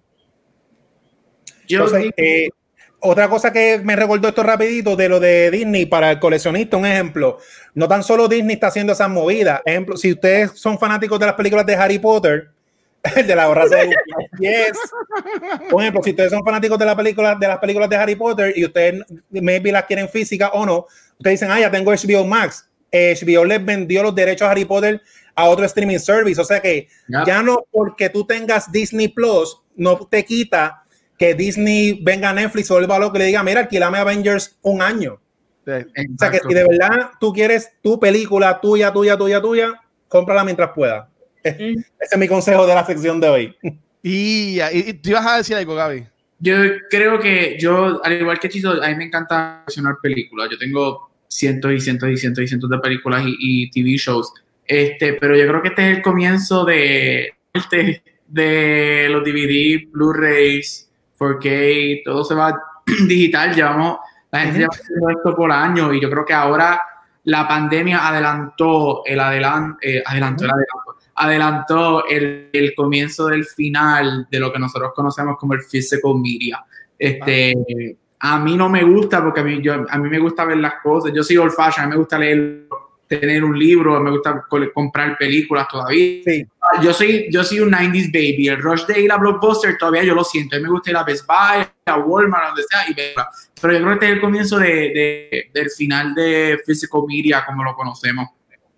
Yo Entonces, eh, otra cosa que me recordó esto rapidito de lo de Disney para el coleccionista, un ejemplo, no tan solo Disney está haciendo esas movidas. Ejemplo, si ustedes son fanáticos de las películas de Harry Potter, de la raza de yes. Por ejemplo, si ustedes son fanáticos de la película, de las películas de Harry Potter y ustedes maybe las quieren físicas o no, ustedes dicen, ah, ya tengo H B O Max. H B O les vendió los derechos a Harry Potter a otro streaming service. O sea que yep. ya no porque tú tengas Disney Plus, no te quita que Disney venga a Netflix o el valor que le diga, mira, alquilame Avengers un año. Sí, o sea que si de verdad tú quieres tu película tuya, tuya, tuya, tuya, cómprala mientras pueda. Mm. Ese es mi consejo de la sección de hoy.
Y, y, y tú ibas a decir algo, Gaby.
Yo creo que yo, al igual que Chito, a mí me encanta coleccionar películas. Yo tengo cientos y cientos y cientos y cientos de películas y, y T V shows. Este, pero yo creo que este es el comienzo de, de, de los D V D, Blu-rays, cuatro K, todo se va digital. Llevamos, la gente lleva haciendo esto por años y yo creo que ahora la pandemia adelantó el adelan, eh, adelantó el adelanto, adelantó el, el comienzo del final de lo que nosotros conocemos como el physical media. Este, a mí no me gusta porque a mí, yo, a mí me gusta ver las cosas. Yo soy old fashion, a mí me gusta leer, tener un libro, me gusta comprar películas todavía. Sí. Yo soy, yo soy un nineties baby. El Rush Day y la Blockbuster todavía yo lo siento. A mí me gusta ir a Best Buy, a Walmart, donde sea, y verla. Pero yo creo que este es el comienzo de, de, del final de physical media como lo conocemos.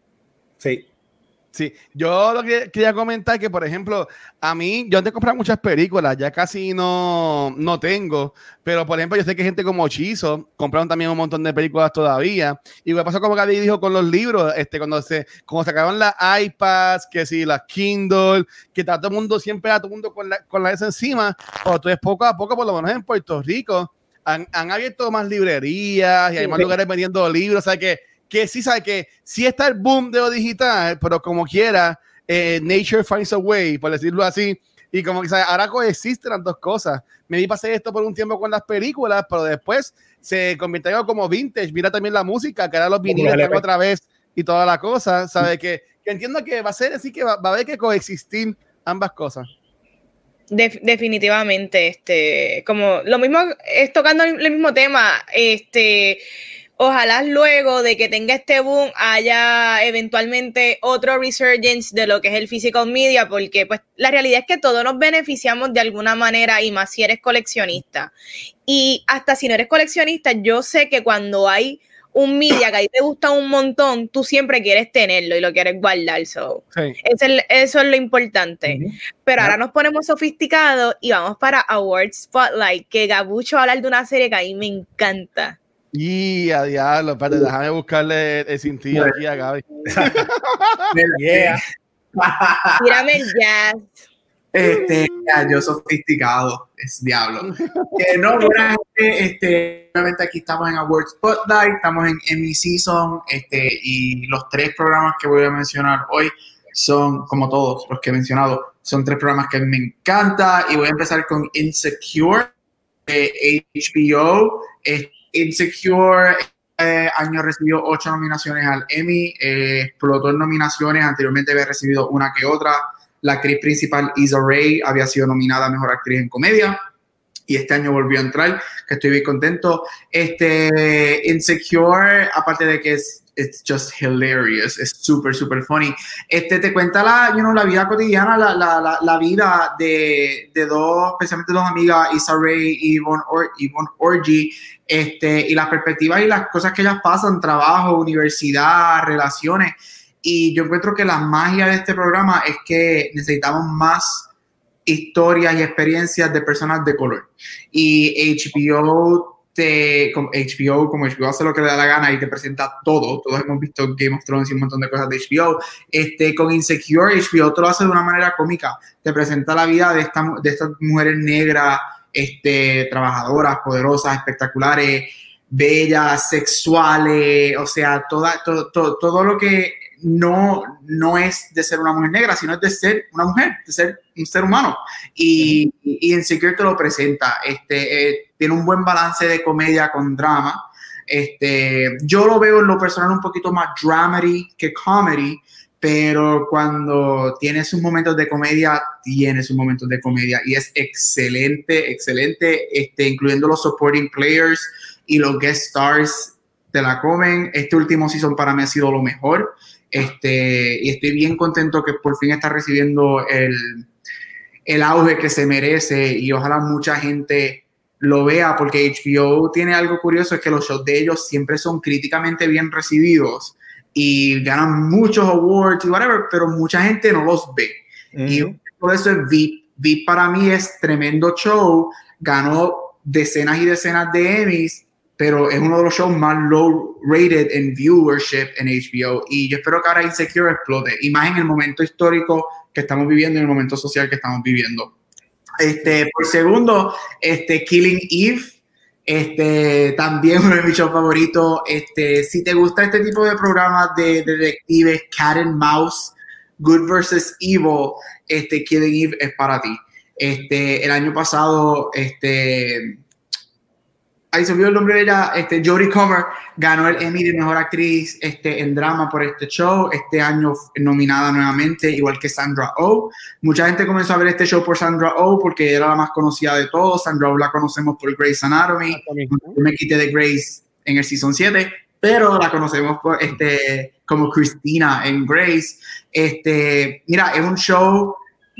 Sí.
Sí, yo lo que quería comentar que, por ejemplo, a mí, yo antes compraba muchas películas, ya casi no, no tengo, pero por ejemplo, yo sé que gente como Chizo compraron también un montón de películas todavía. Y me pasó como Gaby dijo con los libros, este, cuando se cuando sacaron las iPads, que si las Kindle, que está todo el mundo siempre a todo el mundo con la, con la esa encima, pero entonces poco a poco, por lo menos en Puerto Rico, han, han abierto más librerías y hay más sí, lugares vendiendo libros, o sea que que sí sabe que sí está el boom de lo digital, pero como quiera, eh, nature finds a way, por decirlo así, y como que ¿sabe? Ahora coexisten las dos cosas. Me vi pasé esto por un tiempo con las películas, pero después se convirtió en algo como vintage. Mira también la música, que ahora los vinilos están otra vez y toda la cosa, ¿sabe? Que, que entiendo que va a ser así, que va, va a haber que coexistir ambas cosas.
De, definitivamente, este, como lo mismo, es tocando el, el mismo tema, este... Ojalá luego de que tenga este boom haya eventualmente otro resurgence de lo que es el physical media, porque pues la realidad es que todos nos beneficiamos de alguna manera, y más si eres coleccionista. Y hasta si no eres coleccionista, yo sé que cuando hay un media que a ti te gusta un montón, tú siempre quieres tenerlo y lo quieres guardar. So. Sí. Eso, es, eso es lo importante. Uh-huh. Pero ahora nos ponemos sofisticados y vamos para Awards Spotlight, que Gabucho va a hablar de una serie que a mí me encanta.
Y a diablo, espérate, déjame buscarle el cintillo aquí a Gaby.
Yeah.
Tírame el jazz.
Este, yo sofisticado, es diablo. Eh, no, buena gente, este, obviamente aquí estamos en Awards Spotlight, estamos en Emmy Season, este, y los tres programas que voy a mencionar hoy son, como todos los que he mencionado, son tres programas que me encantan y voy a empezar con Insecure, eh, H B O. Eh, Insecure eh, año recibió ocho nominaciones al Emmy, eh, explotó en nominaciones, anteriormente había recibido una que otra. La actriz principal, Issa Rae, había sido nominada a Mejor Actriz en Comedia y este año volvió a entrar, que estoy bien contento. Este, Insecure, aparte de que es it's just hilarious, es súper, súper funny. Este, te cuenta la, you know, la vida cotidiana, la, la, la, la vida de, de dos, especialmente dos amigas, Issa Rae y Yvonne, Or, Yvonne Orji, este, y las perspectivas y las cosas que ellas pasan, trabajo, universidad, relaciones. Y yo encuentro que la magia de este programa es que necesitamos más historias y experiencias de personas de color. Y H B O, te, como H B O, como H B O hace lo que le da la gana y te presenta todo. Todos hemos visto Game of Thrones y un montón de cosas de H B O. Este, con Insecure, H B O te lo hace de una manera cómica. Te presenta la vida de, esta, de estas mujeres negras, este, trabajadoras, poderosas, espectaculares, bellas, sexuales, o sea, toda, todo, todo, todo lo que no, no es de ser una mujer negra, sino es de ser una mujer, de ser un ser humano. Y, y Insecure te lo presenta. Este, eh, tiene un buen balance de comedia con drama. Este, yo lo veo en lo personal un poquito más dramedy que comedy, pero cuando tiene sus momentos de comedia, tiene sus momentos de comedia y es excelente, excelente, este, incluyendo los supporting players y los guest stars te la comen. Este último season para mí ha sido lo mejor. Este, y estoy bien contento que por fin está recibiendo el, el auge que se merece y ojalá mucha gente lo vea, porque H B O tiene algo curioso, es que los shows de ellos siempre son críticamente bien recibidos y ganan muchos awards y whatever, pero mucha gente no los ve. Uh-huh. Y por eso es V I P. V I P para mí es tremendo show, ganó decenas y decenas de Emmys, pero es uno de los shows más low rated en viewership en H B O y yo espero que ahora Insecure explote, y más en el momento histórico que estamos viviendo, en el momento social que estamos viviendo. Este, por segundo, este, Killing Eve, este, también uno de mis shows favoritos. Este, si te gusta este tipo de programas de, de detectives, Cat and Mouse, Good versus Evil, este, Killing Eve es para ti. Este, el año pasado, este, ahí se olvidó el nombre de ella, este, Jodie Comer ganó el Emmy de Mejor Actriz este, en Drama por este show, este año nominada nuevamente, igual que Sandra Oh. Mucha gente comenzó a ver este show por Sandra Oh porque era la más conocida de todos. Sandra Oh la conocemos por Grey's Anatomy. Yo me quité de Grey's en el Season siete, pero la conocemos por, este, como Christina en Grey's. Este, mira, es un show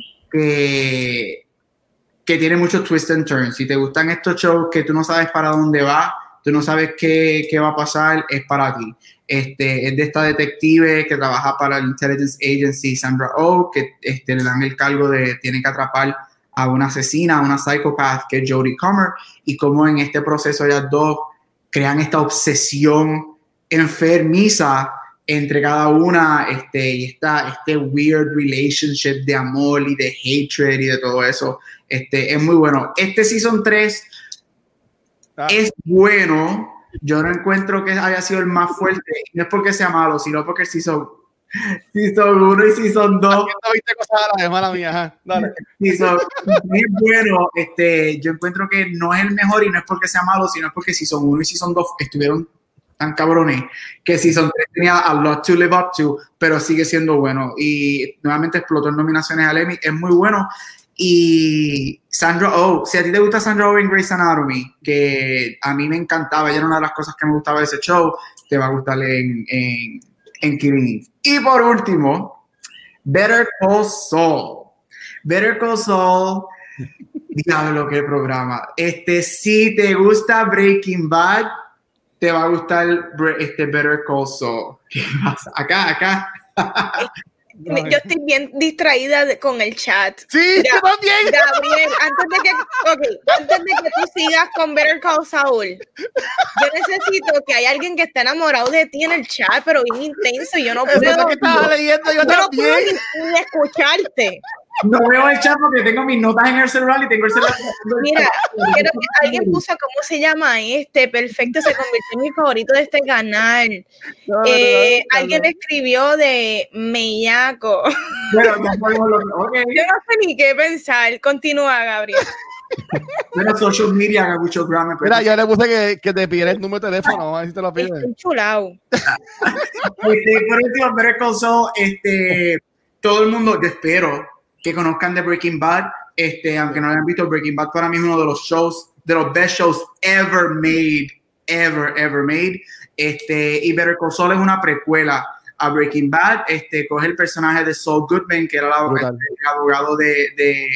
que... que tiene muchos twists and turns. Si te gustan estos shows que tú no sabes para dónde va, tú no sabes qué, qué va a pasar, es para ti. Este, es de esta detective que trabaja para la Intelligence Agency, Sandra Oh, que este, le dan el cargo de, tienen que atrapar a una asesina, a una psicópata, que es Jodie Comer, y cómo en este proceso ellas dos crean esta obsesión enfermiza entre cada una, este, y esta, este weird relationship de amor y de hatred y de todo eso. Este, es muy bueno. Este Season tres ah. es bueno. Yo no encuentro que haya sido el más fuerte. No es porque sea malo, sino porque el Season uno y Season dos.
¿Viste cosas de mala mía? Dale.
Season es bueno. Este, yo encuentro que no es el mejor y no es porque sea malo, sino es porque Season uno y Season dos estuvieron tan cabrones que Season tres tenía a lot to live up to, pero sigue siendo bueno. Y nuevamente explotó en nominaciones al Emmy. Es muy bueno. Y Sandra Oh, si a ti te gusta Sandra Oh en Grey's Anatomy, que a mí me encantaba, ya era una de las cosas que me gustaba de ese show, te va a gustar en, en, en Killing Eve. Y por último, Better Call Saul. Better Call Saul, diablo qué programa. Este, si te gusta Breaking Bad, te va a gustar este Better Call Saul. ¿Qué pasa? Acá, acá.
Yo estoy bien distraída de, con el chat.
Sí,
Gab-
yo también.
Gabriel, antes de que, okay, antes de que tú sigas con Better Call Saul, yo necesito que haya alguien que esté enamorado de ti en el chat, pero bien intenso. Yo no puedo.
Eso es lo que estaba leyendo yo,
yo no
también.
puedo ni, ni escucharte.
No veo el chat porque tengo mis notas en el celular y tengo el celular.
Mira, quiero que alguien puso cómo se llama este. Perfecto, se convirtió en mi favorito de este canal. No, eh, no, no, alguien escribió de Mellaco.
Bueno, no okay.
Yo no sé ni qué pensar. Continúa, Gabriel.
Bueno, social media haga mucho drama.
Mira, yo le puse que, que te pidiera el número de teléfono, a ver si te lo pides.
Estoy chulado.
Este, por último, Better Call Saul, este, todo el mundo, yo espero que conozcan de Breaking Bad, este, aunque no hayan visto, Breaking Bad para mí es uno de los shows, de los best shows ever made, ever, ever made. Este, y Better Call Saul es una precuela a Breaking Bad. Este, coge el personaje de Saul Goodman, que era el, el abogado de, de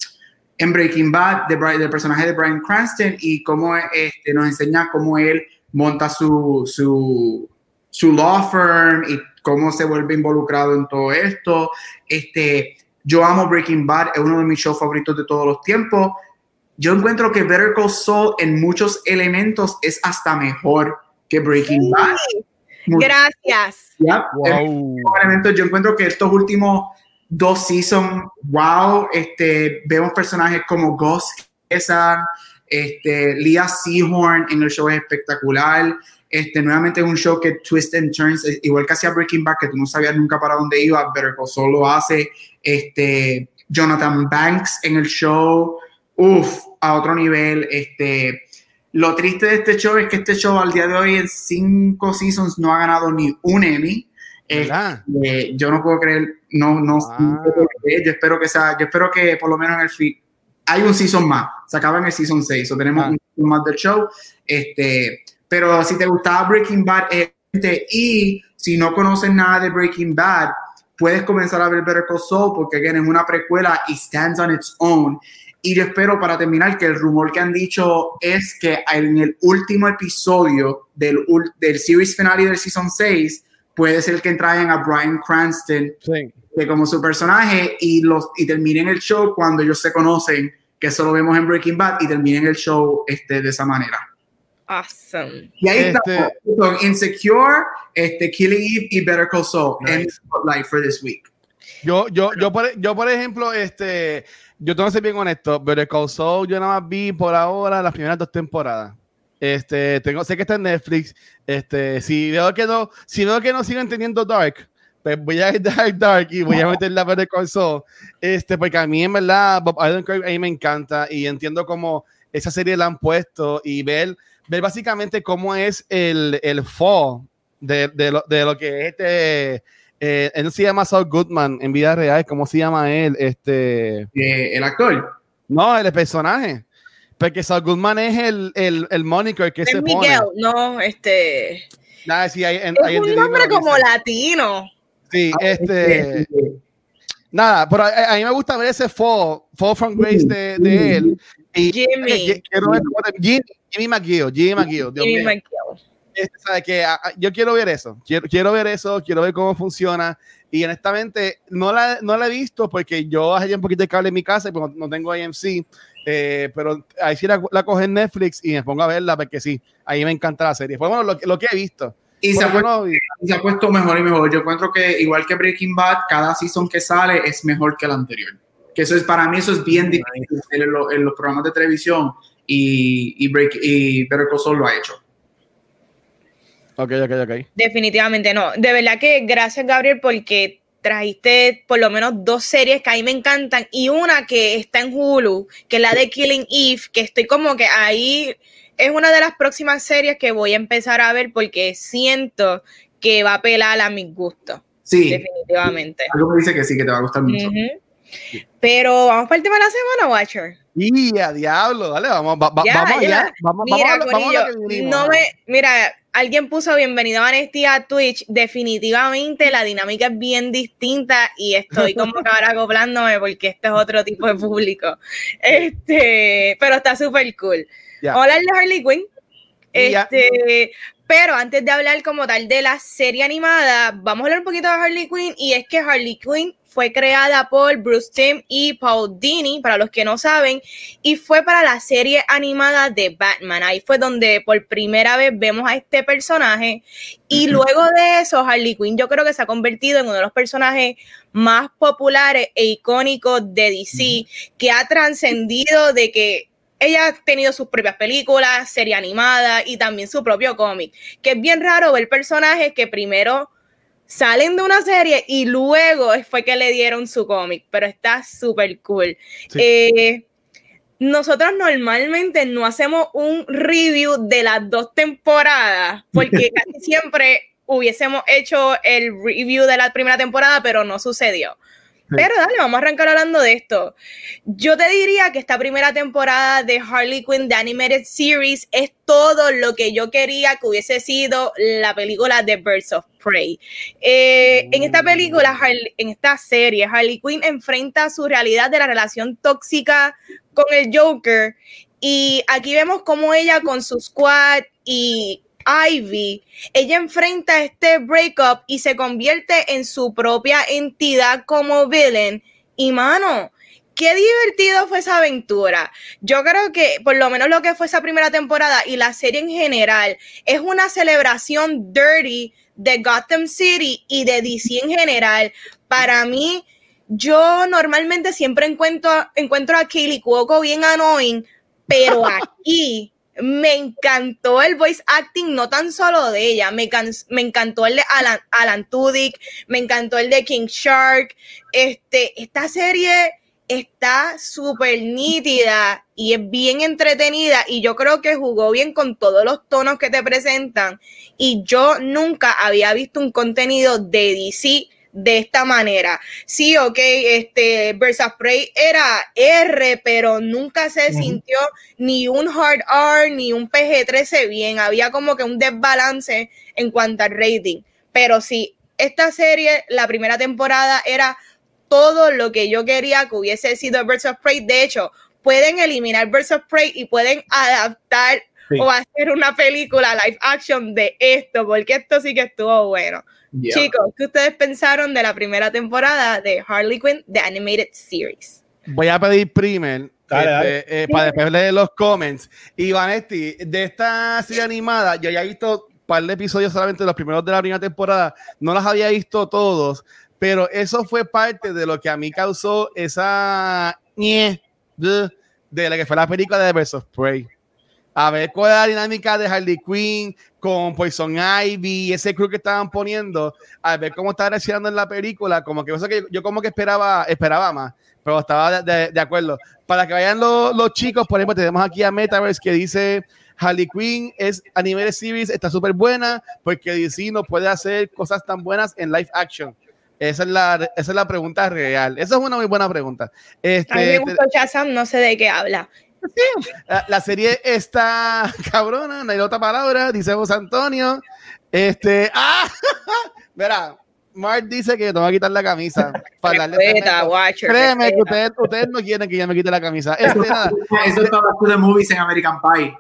en Breaking Bad, de, del personaje de Bryan Cranston, y cómo este, nos enseña cómo él monta su, su, su law firm y cómo se vuelve involucrado en todo esto. Este, yo amo Breaking Bad, es uno de mis shows favoritos de todos los tiempos. Yo encuentro que Better Call Saul en muchos elementos es hasta mejor que Breaking sí. Bad.
Muy Gracias.
Yeah. Wow. Elementos, yo encuentro que estos últimos dos seasons, wow, este, vemos personajes como Gus Kessan, este, Leah Seahorn en el show es espectacular. Este, nuevamente es un show que twist and turns, igual que hacía Breaking Bad, que tú no sabías nunca para dónde iba, Better Call Saul lo hace. Este, Jonathan Banks en el show, uff, a otro nivel. Este, lo triste de este show es que este show al día de hoy en cinco seasons no ha ganado ni un Emmy. Este, yo no puedo creer, no, no, ah. no puedo creer. Yo espero que sea, yo espero que por lo menos en el feed hay un season más, se acaba en el season seis, o tenemos ah. un season más del show. Este, pero si te gustaba Breaking Bad este, y si no conoces nada de Breaking Bad, puedes comenzar a ver Better Call Saul porque again, es una precuela y stands on its own. Y yo espero, para terminar, que el rumor que han dicho es que en el último episodio del, del series finale del season seis puede ser que traigan a Bryan Cranston sí. que como su personaje y, los, y terminen el show cuando ellos se conocen, que eso lo vemos en Breaking Bad, y terminen el show este, de esa manera.
Awesome.
Y ahí este, está Insecure, este, Killing Eve y Better Call Saul en nice. Spotlight for this week.
Yo, yo, yo, por, yo, por ejemplo, este, yo tengo que ser bien honesto, Better Call Saul yo nada más vi por ahora las primeras dos temporadas. Este, tengo, sé que está en Netflix. Este, si veo que no, si veo que no siguen teniendo Dark, pues voy a ir Dark Dark y voy a meter la Better Call Saul. Este, porque a mí en verdad Bob Odenkirk a mí me encanta y entiendo cómo esa serie la han puesto y ver, ver básicamente cómo es el, el fall de, de, lo, de lo que es este. Eh, él se llama Saul Goodman en vida real. ¿Cómo se llama él? Este,
eh, el actor.
No, el personaje. Porque Saul Goodman es el, el, el moniker que es se
Miguel,
pone.
no, este.
Nah, sí, hay,
es
hay
un nombre como dice. Latino.
Sí, este. Nada, pero a, a mí me gusta ver ese fall, fall from grace de, de él. Y
Jimmy.
Eh, quiero ver, Jimmy, Jimmy McGill, Jimmy McGill. Dios
Jimmy
mío.
McGill.
Este, ¿sabe que a, a, yo quiero ver eso, quiero, quiero ver eso, quiero ver cómo funciona y honestamente no la, no la he visto porque yo hace un poquito de cable en mi casa y pues no, no tengo A M C, eh, pero ahí sí la, la coge en Netflix y me pongo a verla porque sí, ahí me encanta la serie. Pues bueno, lo, lo que he visto.
Y se, ha puesto, y se ha puesto mejor y mejor. Yo encuentro que igual que Breaking Bad, cada season que sale es mejor que el anterior. Que eso es, para mí eso es bien difícil en, lo, en los programas de televisión y, y, Break, y Better Call Saul lo ha hecho.
Ok, ok, ok.
Definitivamente no. De verdad que gracias, Gabriel, porque trajiste por lo menos dos series que a mí me encantan y una que está en Hulu, que es la de Killing Eve, que estoy como que ahí es una de las próximas series que voy a empezar a ver porque siento que va a apelar a mis gustos.
Sí.
Definitivamente.
Algo me dice que sí, que te va a gustar mucho.
Uh-huh. Pero vamos para el tema de la semana, Watcher.
Y a diablo, dale, vamos, va,
ya,
vamos
ya.
allá. Vamos,
mira,
vamos, vamos a lo que vinimos.
No me, mira, alguien puso bienvenido a Vanesti a Twitch. Definitivamente la dinámica es bien distinta y estoy como que ahora acoplándome porque este es otro tipo de público. Este, pero está súper cool. Yeah. Hola, el de Harley Quinn. Este, yeah. Pero antes de hablar como tal de la serie animada, vamos a hablar un poquito de Harley Quinn y es que Harley Quinn fue creada por Bruce Timm y Paul Dini, para los que no saben, y fue para la serie animada de Batman. Ahí fue donde por primera vez vemos a este personaje, y luego de eso Harley Quinn yo creo que se ha convertido en uno de los personajes más populares e icónicos de D C, que ha trascendido de que ella ha tenido sus propias películas, serie animada y también su propio cómic, que es bien raro ver personajes que primero salen de una serie y luego fue que le dieron su cómic, pero está súper cool. Sí. Eh, nosotros normalmente no hacemos un review de las dos temporadas, porque casi siempre hubiésemos hecho el review de la primera temporada, pero no sucedió. Sí. Pero dale, vamos a arrancar hablando de esto. Yo te diría que esta primera temporada de Harley Quinn, The Animated Series, es todo lo que yo quería que hubiese sido la película de Birds of Prey. Eh, mm. En esta película, Harley, en esta serie, Harley Quinn enfrenta su realidad de la relación tóxica con el Joker, y aquí vemos cómo ella con su squad y Ivy, ella enfrenta este breakup y se convierte en su propia entidad como villain. Y mano, qué divertido fue esa aventura. Yo creo que por lo menos lo que fue esa primera temporada y la serie en general es una celebración dirty de Gotham City y de D C en general. Para mí, yo normalmente siempre encuentro, encuentro a Kaley Cuoco bien annoying, pero aquí me encantó el voice acting, no tan solo de ella, me, can, me encantó el de Alan, Alan Tudyk, me encantó el de King Shark. Este, esta serie está súper nítida y es bien entretenida, y yo creo que jugó bien con todos los tonos que te presentan, y yo nunca había visto un contenido de D C de esta manera. Sí, ok, este Birds of Prey era R, pero nunca se uh-huh. sintió ni un hard R ni un P G trece bien. Había como que un desbalance en cuanto al rating. Pero sí, esta serie, la primera temporada, era todo lo que yo quería que hubiese sido Birds of Prey. De hecho, pueden eliminar Birds of Prey y pueden adaptar sí. o hacer una película live action de esto, porque esto sí que estuvo bueno. Yeah. Chicos, ¿qué ustedes pensaron de la primera temporada de Harley Quinn, The Animated Series?
Voy a pedir primer dale, dale. Este, eh, para después leer los comments. Y Vanetti, de esta serie animada, yo ya he visto un par de episodios solamente de los primeros de la primera temporada, no los había visto todos, pero eso fue parte de lo que a mí causó esa ñe de, de la que fue la película de Birds of Prey. A ver cuál es la dinámica de Harley Quinn con Poison Ivy, ese crew que estaban poniendo, a ver cómo estaba reaccionando en la película, como que eso que yo como que esperaba, esperaba más, pero estaba de, de, de acuerdo. Para que vayan los, los chicos, por ejemplo, tenemos aquí a Metaverse que dice Harley Quinn es Animated Series, está súper buena, porque D C no puede hacer cosas tan buenas en live action. Esa es la, esa es la pregunta real. Esa es una muy buena pregunta. Este,
a mí me gustó Shazam, no sé de qué habla.
Sí. La, la serie está cabrona, no hay otra palabra, dice José Antonio. Este, ah, verá, Mark dice que te va a quitar la camisa. Para
respeta, Watcher,
créeme
respeta.
que ustedes, ustedes no quieren que yo me quite la camisa. Este, nada.
Eso es para the movies en American Pie.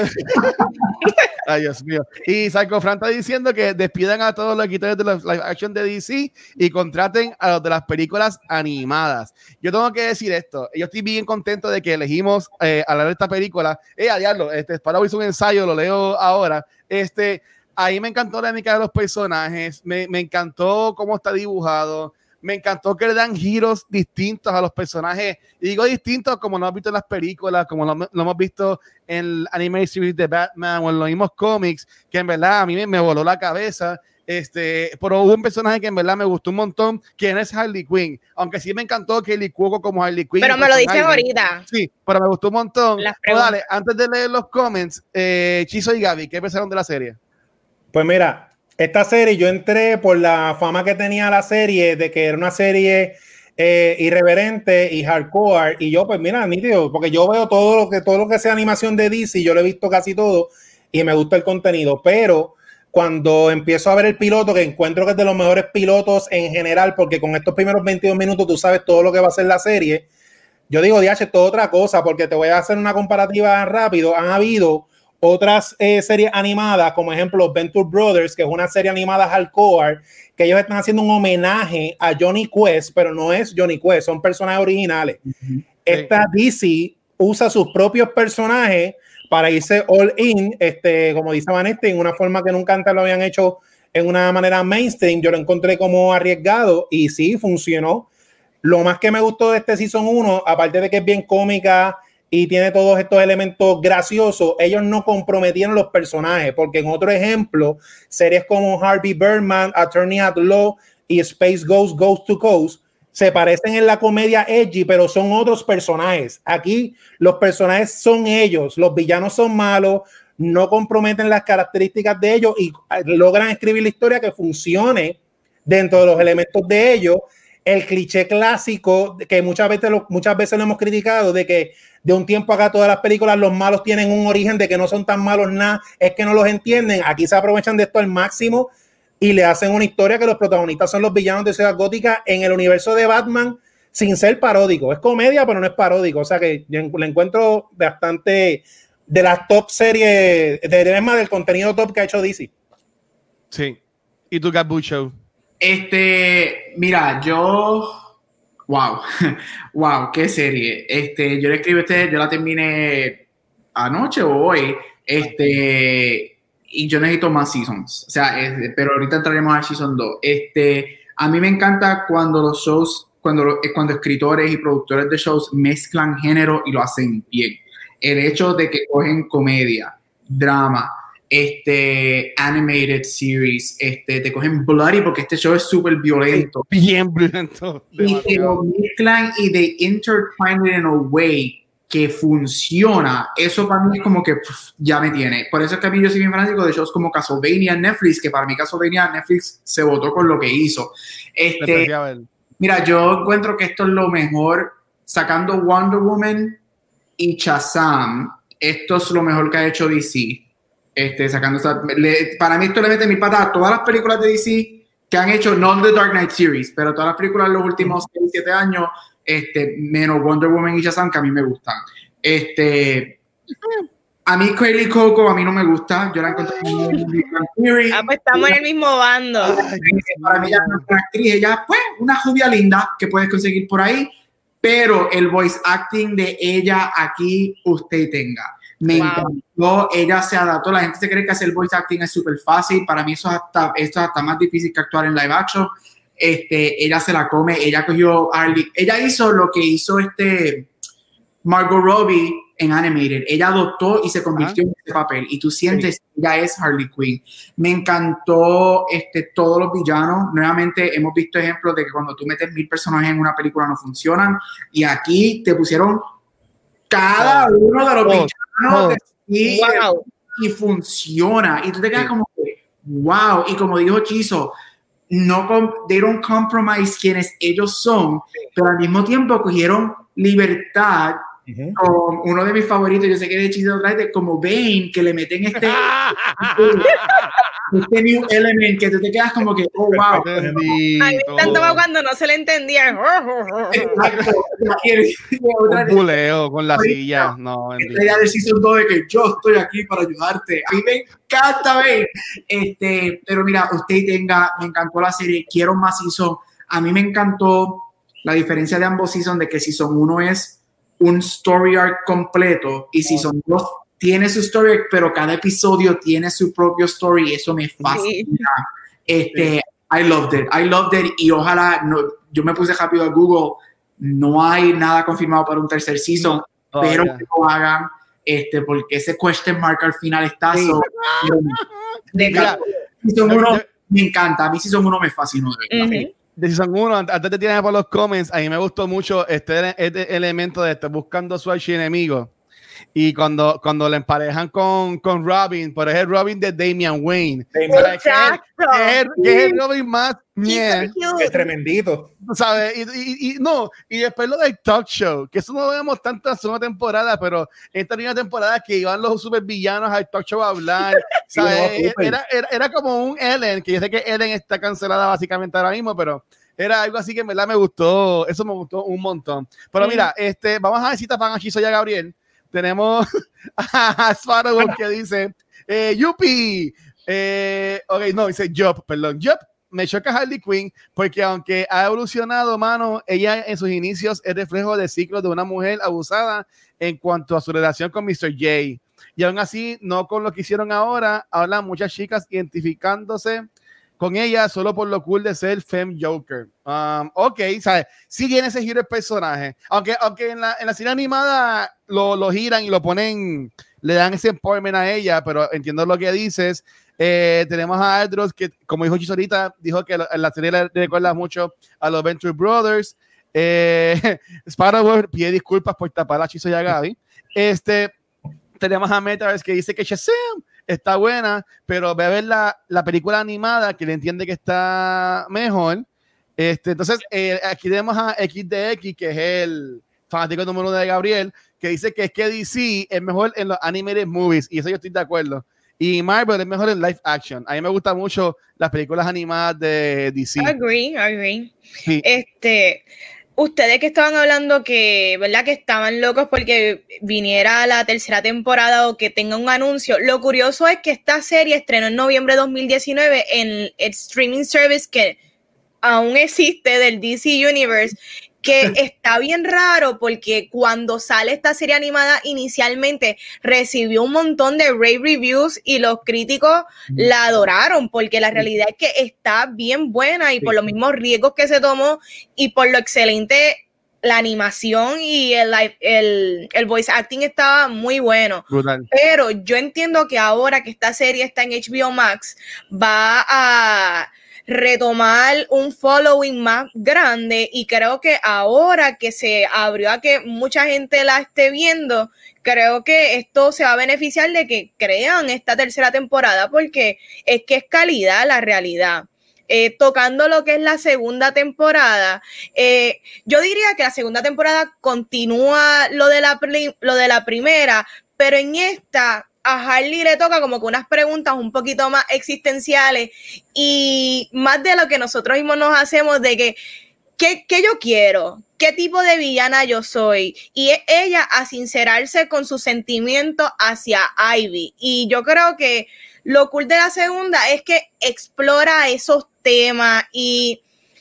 Ay, Dios mío. Y Psycho Fran está diciendo que despidan a todos los escritores de los live action de D C y contraten a los de las películas animadas. Yo tengo que decir esto. Yo estoy bien contento de que elegimos eh, hablar de esta película. Eh, a diablo, este, para hizo un ensayo, lo leo ahora. Este, ahí me encantó la dinámica de los personajes. Me, me encantó cómo está dibujado. Me encantó que le dan giros distintos a los personajes. Y digo distintos como lo hemos visto en las películas, como lo, lo hemos visto en el anime series de Batman o en los mismos cómics, que en verdad a mí me, me voló la cabeza. Este, pero hubo un personaje que en verdad me gustó un montón, que es Harley Quinn. Aunque sí me encantó Kaley Cuoco como Harley Quinn.
Pero me lo dices ahorita.
Sí, pero me gustó un montón. Pues dale, antes de leer los comments, eh, Chizo y Gaby, ¿qué pensaron de la serie?
Pues mira, esta serie yo entré por la fama que tenía la serie, de que era una serie eh, irreverente y hardcore, y yo pues mira, nítido, porque yo veo todo lo que todo lo que sea animación de D C, yo lo he visto casi todo y me gusta el contenido, pero cuando empiezo a ver el piloto, que encuentro que es de los mejores pilotos en general, porque con estos primeros veintidós minutos tú sabes todo lo que va a ser la serie, yo digo, D H, esto es otra cosa, porque te voy a hacer una comparativa rápido. Han habido otras eh, series animadas, como ejemplo Venture Brothers, que es una serie animada hardcore, que ellos están haciendo un homenaje a Johnny Quest, pero no es Johnny Quest, son personajes originales. Uh-huh. Esta D C usa sus propios personajes para irse all in, este, como dice Vanessa, en una forma que nunca antes lo habían hecho en una manera mainstream. Yo lo encontré como arriesgado y sí, funcionó. Lo más que me gustó de este Season uno, aparte de que es bien cómica y tiene todos estos elementos graciosos, ellos no comprometieron los personajes, porque en otro ejemplo, series como Harvey Birdman, Attorney at Law y Space Ghost, Ghost to Coast, se parecen en la comedia edgy, pero son otros personajes. Aquí los personajes son ellos, los villanos son malos, no comprometen las características de ellos y logran escribir la historia que funcione dentro de los elementos de ellos. El cliché clásico que muchas veces, lo, muchas veces lo hemos criticado, de que de un tiempo acá todas las películas los malos tienen un origen de que no son tan malos nada, es que no los entienden. Aquí se aprovechan de esto al máximo y le hacen una historia que los protagonistas son los villanos de Ciudad Gótica en el universo de Batman sin ser paródico. Es comedia, pero no es paródico. O sea que yo le encuentro bastante de las top series, de más del contenido top que ha hecho D C.
Sí. ¿Y tu Gabucho?
Este, mira, yo, wow, wow, qué serie. Este, yo le escribí a usted, yo la terminé anoche o hoy, este, y yo necesito más seasons. O sea, es, pero ahorita entraremos al season dos. Este, a mí me encanta cuando los shows, cuando, cuando escritores y productores de shows mezclan género y lo hacen bien. El hecho de que cogen comedia, drama, este animated series, este te cogen bloody porque este show es súper violento,
bien violento,
y te lo mezclan y they intertwine it in a way que funciona. Eso para mí es como que pff, ya me tiene. Por eso es que a mí yo soy bien fanático de shows como Castlevania en Netflix, que para mí Castlevania Netflix se votó con lo que hizo. Este, mira, yo encuentro que esto es lo mejor, sacando Wonder Woman y Shazam, esto es lo mejor que ha hecho D C. Este, sacando esa, le, para mí esto le mete mi pata a todas las películas de D C que han hecho, no The Dark Knight Series, pero todas las películas de los últimos seis, siete años, este, menos Wonder Woman y Shazam, que a mí me gustan. Este, a mí Kylie Coco a mí no me gusta, yo la encuentro como
ah, pues estamos en el mismo bando.
Para mí ella es una actriz, ella pues una jubia linda que puedes conseguir por ahí, pero el voice acting de ella aquí usted tenga. Me wow. encantó, ella se adaptó. La gente se cree que hacer voice acting es súper fácil. Para mí eso es hasta, esto es hasta más difícil que actuar en live action. Este, ella se la come, ella cogió Harley, ella hizo lo que hizo este Margot Robbie en Animated. Ella adoptó y se convirtió ah. en ese papel. Y tú sientes que sí. ella es Harley Quinn. Me encantó este, todos los villanos. Nuevamente hemos visto ejemplos de que cuando tú metes mil personajes en una película no funcionan. Y aquí te pusieron cada oh. uno de los oh. villanos. No, oh. y, wow. y funciona y tú te quedas sí. como que wow, y como dijo Chizo, no they don't compromise quienes ellos son, pero al mismo tiempo cogieron libertad uh-huh. con uno de mis favoritos, yo sé que de Chizo trae como Bane, que le meten este este new element que tú te quedas como que oh wow.
A mí me encantaba cuando no se le entendía.
Exacto.
Un buleo con la silla. No,
esta idea del season dos de que yo estoy aquí para ayudarte. A mí me encanta ver. Este, pero mira, usted tenga, me encantó la serie, quiero más season. A mí me encantó la diferencia de ambos season, de que season uno es un story arc completo y season dos tiene su story, pero cada episodio tiene su propio story y eso me fascina. Sí. Este, sí. I loved it, I loved it y ojalá, no, yo me puse rápido a Google, no hay nada confirmado para un tercer season, oh, pero yeah. que lo hagan, este, porque ese question mark al final está sí. so, de Mira, season uno me encanta, a mí season uno me fascinó de verdad. Uh-huh.
De season uno, antes de tirar por los comments, a mí me gustó mucho este, este elemento de estar buscando su archienemigo. Y cuando, cuando le emparejan con, con Robin, por ejemplo, Robin de Damian Wayne.
Exacto.
Que es, que es el Robin más
yeah. Es tremendito.
¿Sabes? Y, y, y no, y después lo del talk show, que eso no lo vemos tanto en la segunda temporada, pero en esta primera temporada que iban los supervillanos al talk show a hablar, ¿sabes? No, era, era, era como un Ellen, que yo sé que Ellen está cancelada básicamente ahora mismo, pero era algo así que en verdad me gustó, eso me gustó un montón. Pero mm. mira, este, vamos a ver si tapan a Chizo y a Gabriel, tenemos a Spider-Man que dice, eh, Yupi, eh, ok, no, dice Job, perdón, Job, me choca Harley Quinn porque aunque ha evolucionado, mano, ella en sus inicios es reflejo de ciclos de una mujer abusada en cuanto a su relación con mister J. Y aún así, no con lo que hicieron ahora, hablan muchas chicas identificándose con ella solo por lo cool de ser Femme Joker. Um, ok, ¿sabes? Sí tiene ese giro el personaje. Aunque, aunque en, la, en la serie animada lo, lo giran y lo ponen, le dan ese empowerment a ella, pero entiendo lo que dices. Eh, tenemos a Aldros, que como dijo Chiso ahorita, dijo que en la serie le recuerda mucho a los Venture Brothers. Eh, Spider-Man pide disculpas por tapar a Chiso y a Gaby. Este, tenemos a Metaverse que dice que Shazam está buena, pero ve a ver la, la película animada que le entiende que está mejor. Este, entonces, eh, aquí tenemos a X D X, que es el fanático número uno de Gabriel, que dice que es que D C es mejor en los animated movies, y eso yo estoy de acuerdo. Y Marvel es mejor en live action. A mí me gustan mucho las películas animadas de D C.
Agree, agree.
Sí.
Este, ustedes que estaban hablando que, ¿verdad? Que estaban locos porque viniera la tercera temporada o que tenga un anuncio. Lo curioso es que esta serie estrenó en noviembre de dos mil diecinueve en el streaming service que aún existe del D C Universe, que está bien raro porque cuando sale esta serie animada inicialmente recibió un montón de rave reviews y los críticos la adoraron porque la realidad es que está bien buena y por los mismos riesgos que se tomó y por lo excelente la animación y el, el, el voice acting estaba muy bueno. Brutal. Pero yo entiendo que ahora que esta serie está en H B O Max va a retomar un following más grande y creo que ahora que se abrió a que mucha gente la esté viendo, creo que esto se va a beneficiar de que crean esta tercera temporada porque es que es calidad la realidad. Eh, tocando lo que es la segunda temporada, eh, yo diría que la segunda temporada continúa lo de la, lo de la primera, pero en esta a Harley le toca como que unas preguntas un poquito más existenciales y más de lo que nosotros mismos nos hacemos de que ¿qué, qué yo quiero? ¿Qué tipo de villana yo soy? Y es ella a sincerarse con sus sentimientos hacia Ivy. Y yo creo que lo cool de la segunda es que explora esos temas y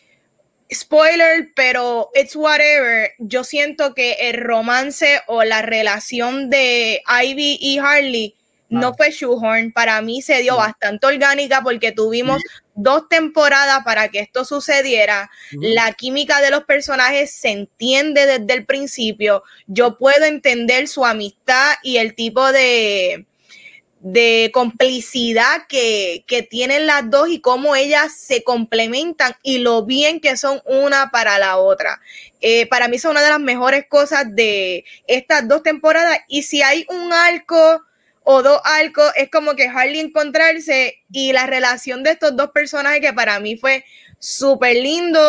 spoiler, pero it's whatever. Yo siento que el romance o la relación de Ivy y Harley ah. no fue shoehorn. Para mí se dio sí. bastante orgánica porque tuvimos sí. dos temporadas para que esto sucediera. Sí. La química de los personajes se entiende desde el principio. Yo puedo entender su amistad y el tipo de... de complicidad que, que tienen las dos y cómo ellas se complementan y lo bien que son una para la otra. Eh, para mí son una de las mejores cosas de estas dos temporadas y si hay un arco o dos arcos es como que Harley encontrarse y la relación de estos dos personajes que para mí fue súper lindo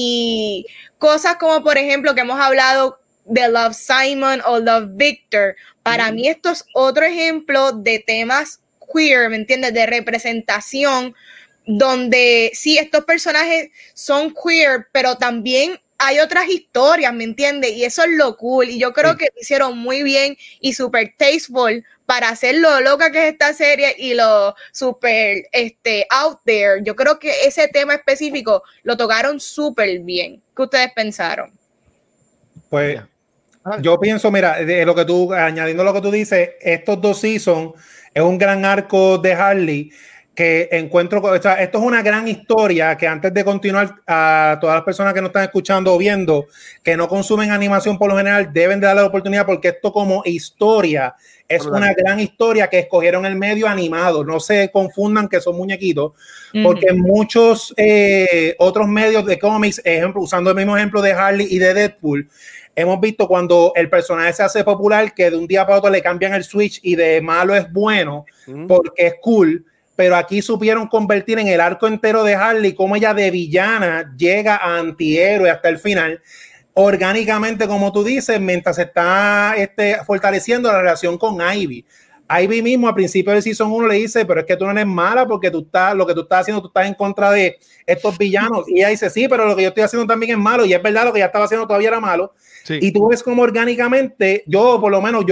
y cosas como por ejemplo que hemos hablado de Love Simon o Love Victor. Para mm. mí esto es otro ejemplo de temas queer, ¿me entiendes? De representación, donde sí, estos personajes son queer, pero también hay otras historias, ¿me entiendes? Y eso es lo cool. Y yo creo sí. que lo hicieron muy bien y súper tasteful para hacer lo loca que es esta serie y lo súper este, out there. Yo creo que ese tema específico lo tocaron súper bien. ¿Qué ustedes pensaron?
Pues... yo pienso, mira, de lo que tú, añadiendo lo que tú dices, estos dos seasons es un gran arco de Harley que encuentro, o sea, esto es una gran historia que antes de continuar a todas las personas que nos están escuchando o viendo, que no consumen animación por lo general, deben de darle la oportunidad porque esto como historia es ¿verdad? Una gran historia que escogieron el medio animado, no se confundan que son muñequitos, uh-huh. porque muchos eh, otros medios de cómics, ejemplo, usando el mismo ejemplo de Harley y de Deadpool, hemos visto cuando el personaje se hace popular que de un día para otro le cambian el switch y de malo es bueno mm. porque es cool, pero aquí supieron convertir en el arco entero de Harley como ella de villana llega a antihéroe hasta el final, orgánicamente como tú dices, mientras se está este, fortaleciendo la relación con Ivy. Ivy mismo al principio del season uno le dice, pero es que tú no eres mala porque tú estás, lo que tú estás haciendo, tú estás en contra de estos villanos. Y ella dice, sí, pero lo que yo estoy haciendo también es malo. Y es verdad, lo que ella estaba haciendo todavía era malo. Sí. Y tú ves como orgánicamente, yo por lo menos, yo que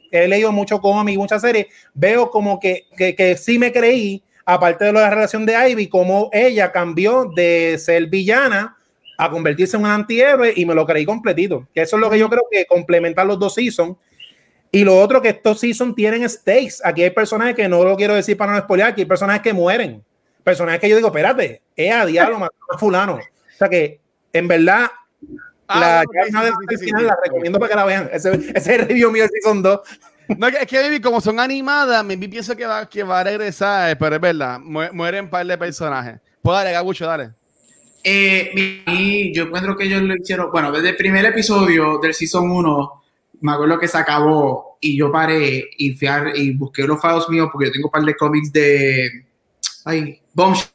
he leído mucho cómic y muchas series, veo como que, que, que sí me creí, aparte de lo de la relación de Ivy, como ella cambió de ser villana a convertirse en un antihéroe, y me lo creí completito. Que eso es lo que yo creo que complementa los dos seasons. Y lo otro, que estos seasons tienen stakes. Aquí hay personajes que no lo quiero decir para no spoilear, aquí hay personajes que mueren. Personajes que yo digo, espérate, es a diablo, mató a fulano. O sea que, en verdad, ah, la, bueno, sí, sí, sí, sí, sí, la sí, recomiendo sí. para que la vean. Ese, ese es el review mío del season dos.
No, es que baby, como son animadas, me pienso que va, que va a regresar, pero es verdad, mu mueren un par de personajes. Pues dale, Gabucho, dale.
Eh, y yo encuentro que ellos lo hicieron, bueno, desde el primer episodio del season uno, me acuerdo que se acabó y yo paré y fui a, y busqué los files míos porque yo tengo un par de cómics de ay, Bombshell.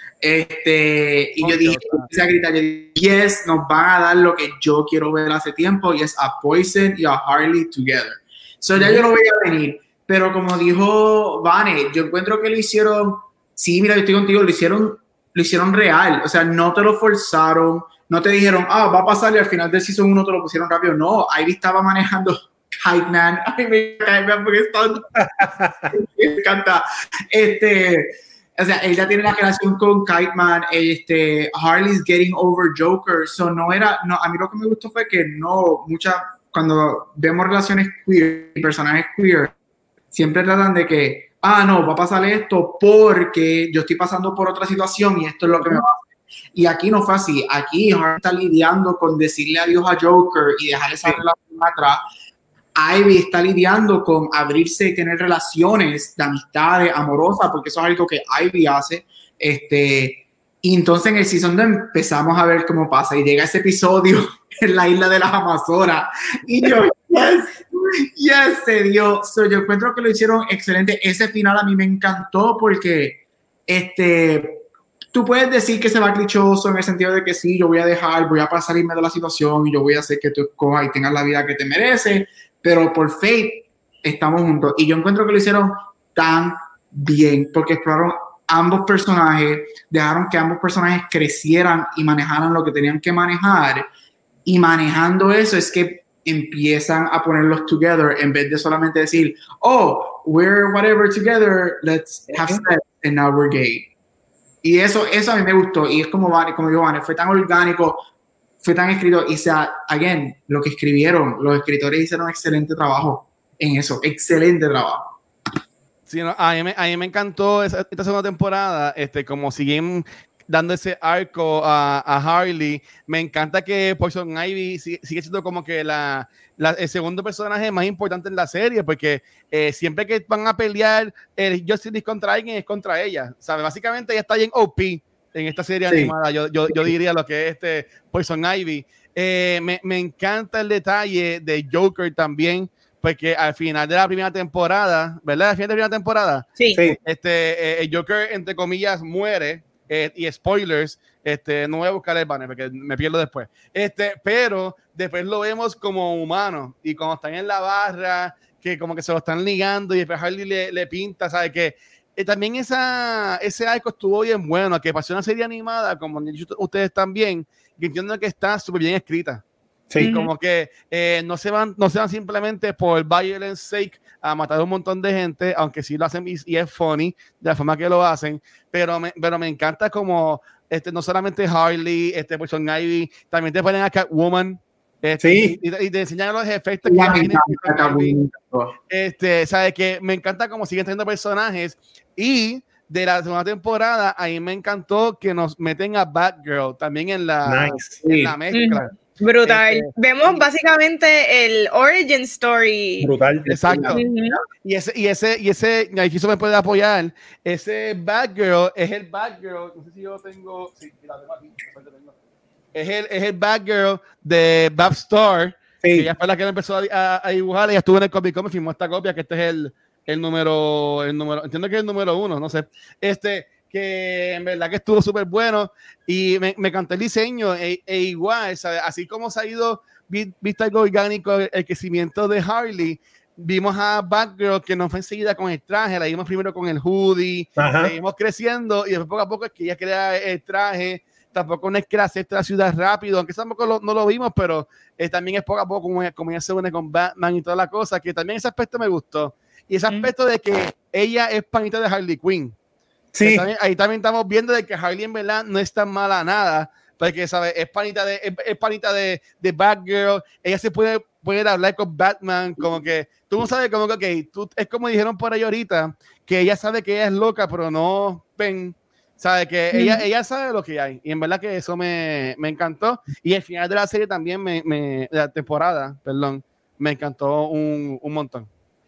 Este, y yo dije, empecé a gritar, yo dije, yes, nos van a dar lo que yo quiero ver hace tiempo, y es a Poison y a Harley together. So ya yo lo veía venir, pero como dijo Vane, yo encuentro que lo hicieron, sí, mira, yo estoy contigo, lo hicieron, lo hicieron real, o sea, no te lo forzaron, no te dijeron, ah, va a pasar y al final del season uno te lo pusieron rápido, no, Ivy estaba manejando Kite Man, ay, me encanta porque está, me encanta, este, o sea, ella tiene la relación con Kite Man, este, Harley's getting over Joker, so no era, no, a mí lo que me gustó fue que no, muchas, cuando vemos relaciones queer y personajes queer, siempre tratan de que, ah, no, va a pasar esto porque yo estoy pasando por otra situación y esto es lo que me pasa. Y aquí no fue así. Aquí Harley está lidiando con decirle adiós a Joker y dejar esa relación atrás. Ivy está lidiando con abrirse y tener relaciones de amistades, amorosas, porque eso es algo que Ivy hace. Este, y entonces en el season dos empezamos a ver cómo pasa. Y llega ese episodio en la isla de las Amazonas. Y yo, yes, yes, se dio. So, yo encuentro que lo hicieron excelente. Ese final a mí me encantó porque este, tú puedes decir que se va clichoso en el sentido de que sí, yo voy a dejar, voy a salirme de la situación y yo voy a hacer que tú escojas y tengas la vida que te mereces, pero por fate estamos juntos. Y yo encuentro que lo hicieron tan bien porque exploraron ambos personajes, dejaron que ambos personajes crecieran y manejaran lo que tenían que manejar. Y manejando eso es que empiezan a ponerlos together en vez de solamente decir, oh, we're whatever together, let's have sex and now we're gay. Y eso, eso a mí me gustó. Y es como, como digo, Vane, fue tan orgánico, fue tan escrito. Y sea, again, lo que escribieron, los escritores hicieron un excelente trabajo en eso. Excelente trabajo.
Sí, no, a, mí me, a mí me encantó esa, esta segunda temporada, este, como siguen dando ese arco a, a Harley. Me encanta que Poison Ivy sigue, sigue siendo como que la, la, el segundo personaje más importante en la serie, porque eh, siempre que van a pelear el Justice League contra alguien es contra ella, ¿sabes? Básicamente ella está bien O P en esta serie sí. animada, yo, yo, yo diría lo que es este Poison Ivy. Eh, me, me encanta el detalle de Joker también, porque al final de la primera temporada, ¿verdad? Al final de la primera temporada,
sí.
este, eh, Joker, entre comillas, muere. Eh, y spoilers, este, no voy a buscar el banner porque me pierdo después, este, pero después lo vemos como humano y cuando están en la barra, que como que se lo están ligando y después Harley le, le pinta, ¿sabe? Que eh, también esa, ese arco estuvo bien bueno, que pasó una serie animada, como han dicho ustedes también, que entiendo que está súper bien escrita. Sí, uh-huh. Como que eh, no, se van, no se van simplemente por violence sake a matar a un montón de gente, aunque sí lo hacen y, y es funny de la forma que lo hacen, pero me, pero me encanta como este, no solamente Harley, este, Poison Ivy, también te ponen a Catwoman, este, sí. y, y te enseñan los efectos que tienen. Este, ¿sabes? Que me encanta como siguen teniendo personajes. Y de la segunda temporada, ahí me encantó que nos meten a Batgirl también en la, nice. en la mezcla.
Mm. Brutal. Este, Vemos básicamente el origin story.
Brutal. Exacto. Uh-huh. Y ese, y ese, y ese, aquí eso me puede apoyar. Ese Batgirl es el Batgirl. No sé si yo tengo. Sí, la tengo aquí. Es el, es el Batgirl de Babstar. Sí. Que ya fue la que empezó a, a, a dibujar. Ella estuvo en el Comic Con, me firmó esta copia, que este es el, el número, el número. Entiendo que es el número uno, no sé. Este. Que en verdad que estuvo súper bueno y me, me encantó el diseño e, e igual, ¿sabes? Así como se ha ido visto algo orgánico el, el crecimiento de Harley, vimos a Batgirl que no fue enseguida con el traje, la vimos primero con el hoodie, la vimos creciendo y después poco a poco es que ella crea el traje tampoco no es que la acepte la ciudad rápido, aunque tampoco lo, no lo vimos, pero eh, también es poco a poco como, como ella se une con Batman y toda la cosa, que también ese aspecto me gustó. Y ese aspecto mm. de que ella es panita de Harley Quinn.
Sí.
También, ahí también estamos viendo de que Harley en verdad no es tan mala nada, porque ¿sabes? Es panita de, es, es panita de, de Batgirl, ella se puede, puede hablar con Batman, como que tú no sabes como que okay, tú, es como dijeron por ahí ahorita, que ella sabe que ella es loca, pero no ven, sabe que mm. ella, ella sabe lo que hay, y en verdad que eso me, me encantó, y el final de la serie también, me, me, de la temporada, perdón, me encantó un, un montón.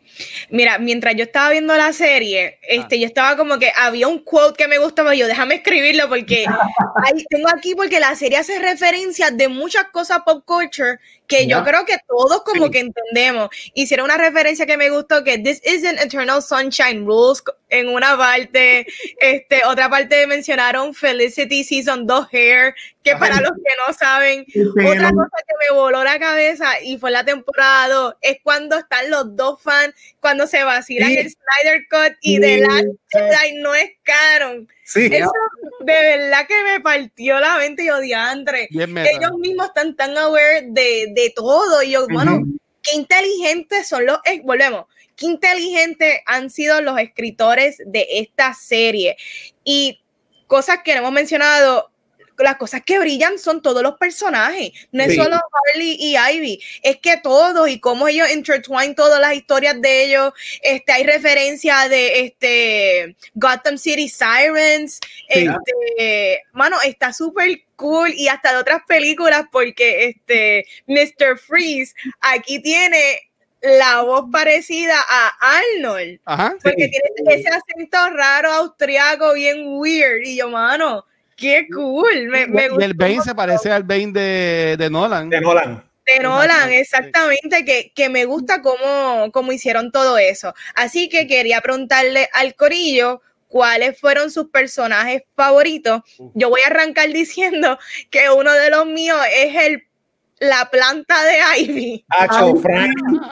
Mira, mientras yo estaba viendo la serie, este, ah. yo estaba como que había un quote que me gustaba, yo déjame escribirlo porque ahí, tengo aquí porque la serie hace referencia de muchas cosas pop culture que yeah. yo creo que todos como sí. que entendemos. Hicieron una referencia que me gustó que this isn't eternal sunshine rules en una parte, este, otra parte mencionaron Felicity Season dos Hair, que para los que no saben, sí. otra cosa que me voló la cabeza y fue la temporada dos, es cuando están los dos fans, cuando se vacilan sí. el Snyder Cut y sí. The Last Jedi no es canon.
Sí.
Eso de verdad que me partió la mente y yo, diantre. Ellos mismos están tan aware de, de todo. Y yo, uh-huh. bueno, qué inteligentes son los, eh, volvemos, qué inteligentes han sido los escritores de esta serie. Y cosas que no hemos mencionado, las cosas que brillan son todos los personajes, no es sí. solo Harley y Ivy, es que todos y cómo ellos intertwine todas las historias de ellos, este, hay referencia de este Gotham City Sirens, sí. este, mano, está súper cool y hasta de otras películas porque este mister Freeze aquí tiene la voz parecida a Arnold, Ajá, porque sí. tiene ese acento raro austriaco bien weird y yo, mano, qué cool. Me, me
y el Bane se parece al Bane de, de Nolan.
De Nolan.
De Nolan, exactamente, que, que me gusta cómo, cómo hicieron todo eso. Así que quería preguntarle al corillo cuáles fueron sus personajes favoritos. Yo voy a arrancar diciendo que uno de los míos es el la planta de Ivy.
Acho, Frank.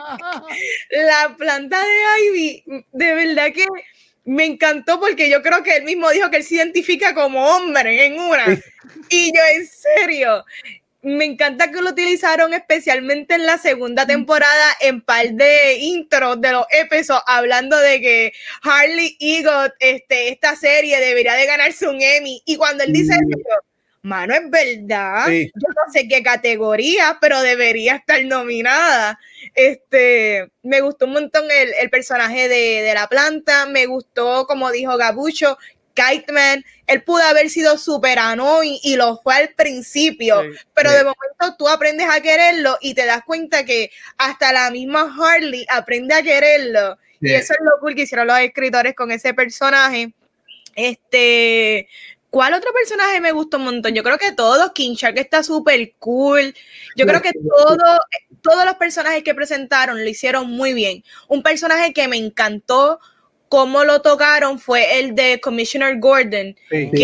La planta de Ivy, de verdad que me encantó porque yo creo que él mismo dijo que él se identifica como hombre en una. Y yo, en serio, me encanta que lo utilizaron especialmente en la segunda temporada en par de intros de los episodios hablando de que Harley Egot, este, esta serie debería de ganarse un Emmy. Y cuando él dice eso, mano, es verdad. Sí. Yo no sé qué categoría, pero debería estar nominada. Este, me gustó un montón el, el personaje de, de la planta. Me gustó, como dijo Gabucho, Kite Man. Él pudo haber sido super annoying y lo fue al principio, sí, pero sí. de momento tú aprendes a quererlo y te das cuenta que hasta la misma Harley aprende a quererlo. Sí. Y eso es lo cool que hicieron los escritores con ese personaje. Este... ¿Cuál otro personaje me gustó un montón? Yo creo que todos. King Shark está súper cool. Yo creo que todo, todos los personajes que presentaron lo hicieron muy bien. Un personaje que me encantó cómo lo tocaron fue el de Commissioner Gordon. Sí. Que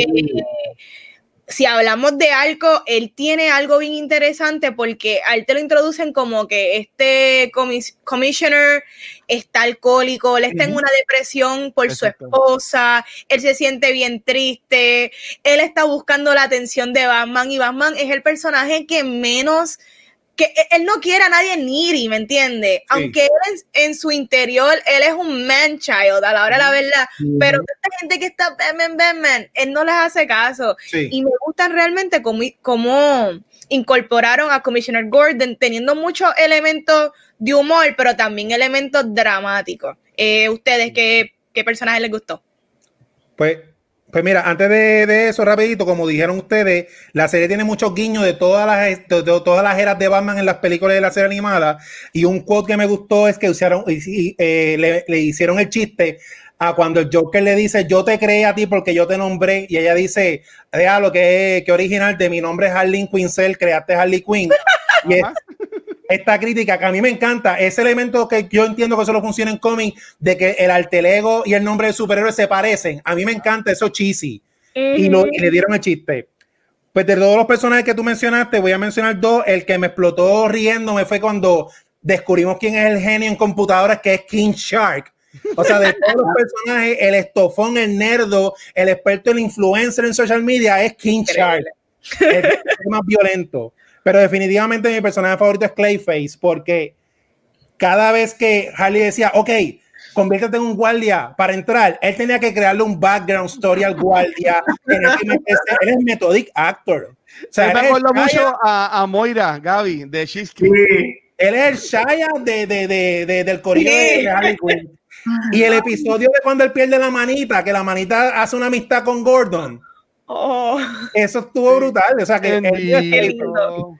si hablamos de Arco, él tiene algo bien interesante porque a él te lo introducen como que este comis- commissioner está alcohólico, él está uh-huh. en una depresión por Exacto. su esposa, él se siente bien triste, él está buscando la atención de Batman y Batman es el personaje que menos... que él no quiere a nadie needy, ¿me entiendes? Sí. Aunque él en, en su interior, él es un man child, a la hora de la verdad, sí. pero esta gente que está Batman, Batman, él no les hace caso. Sí. Y me gustan realmente cómo, cómo incorporaron a Commissioner Gordon, teniendo muchos elementos de humor, pero también elementos dramáticos. Eh, ¿Ustedes qué, qué personaje les gustó?
Pues... Pues mira, antes de, de eso, rapidito, como dijeron ustedes, la serie tiene muchos guiños de todas las de, de todas las eras de Batman en las películas de la serie animada, y un quote que me gustó es que usaron, y, eh, le, le hicieron el chiste a cuando el Joker le dice, yo te creé a ti porque yo te nombré, y ella dice, déjalo, que, que original de mi nombre es Harley Quinzel, creaste Harley Quinn. Y es, esta crítica que a mí me encanta, ese elemento que yo entiendo que solo funciona en cómic, de que el alter ego y el nombre del superhéroe se parecen, a mí me encanta eso cheesy, uh-huh. y, lo, y le dieron el chiste. Pues de todos los personajes que tú mencionaste, voy a mencionar dos. El que me explotó riéndome fue cuando descubrimos quién es el genio en computadoras, que es King Shark. O sea, de todos los personajes, el estofón, el nerdo, el experto, el influencer en social media es King Shark. es, es más violento. Pero definitivamente mi personaje favorito es Clayface, porque cada vez que Harley decía, ok, conviértete en un guardia para entrar, él tenía que crearle un background story al guardia, tenía que meterse, él es methodic actor. O sea,
me acuerdo
Shia,
mucho a, a Moira, Gaby, de She's Creek.
Sí, él es el Shia de, de, de, de, del corillo sí. de Harley Quinn. Y el episodio de cuando él pierde la manita, que la manita hace una amistad con Gordon.
Oh.
Eso estuvo brutal. O sea, que
qué lindo.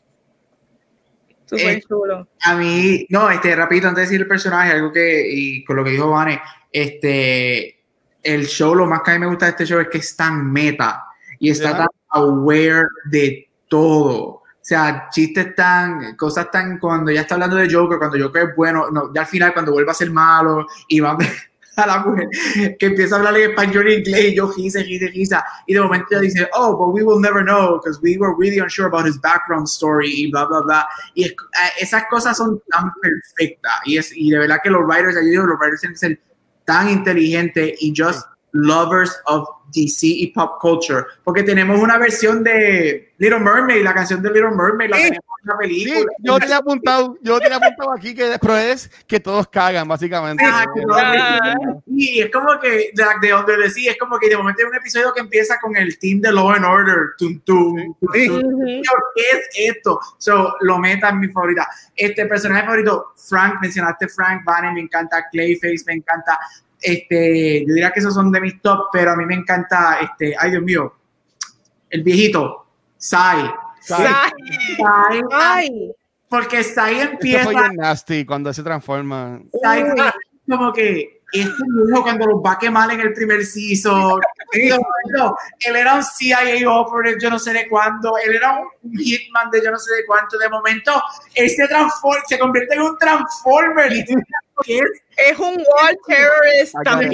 Súper
eh,
chulo.
A mí, no, este, rapidito, antes de decir el personaje, algo que, y con lo que dijo Vane, este, el show, lo más que a mí me gusta de este show es que es tan meta y está yeah. tan aware de todo. O sea, chistes tan, cosas tan, cuando ya está hablando de Joker, cuando Joker es bueno, no, ya al final cuando vuelve a ser malo y va a la mujer que empieza a hablar en español y inglés y yo gise, gise, gisa y de momento ella dice, oh, but we will never know because we were really unsure about his background story y bla, bla, bla. Y es, esas cosas son tan perfectas y, es, y de verdad que los writers, yo digo, los writers tienen que ser tan inteligentes y just lovers of D C y pop culture, porque tenemos una versión de Little Mermaid, la canción de Little Mermaid, la
sí,
tenemos en la película.
Sí, yo tenía apuntado, yo tenía apuntado aquí que después es que todos cagan, básicamente.
Ah, que ah. Y es como que, de, de donde decía, es como que de momento hay un episodio que empieza con el team de Law and Order, tum, tum, tum,
sí.
tum. ¿Qué es esto? So, lo meta en mi favorita. Este personaje favorito, Frank, mencionaste Frank Banner, me encanta Clayface, me encanta. Este, yo diría que esos son de mis top, pero a mí me encanta, este, ay Dios mío, el viejito, Sai.
Sai. Sai. Sai.
Porque Sai empieza.
Esto fue bien nasty cuando se transforma.
Sai, como que este viejo cuando los va a quemar en el primer season. No, él era un C I A operative, yo no sé de cuándo. Él era un hitman de yo no sé de cuánto. De momento, él se transforma, se convierte en un transformer. ¿Qué es?
Es un war terrorist también.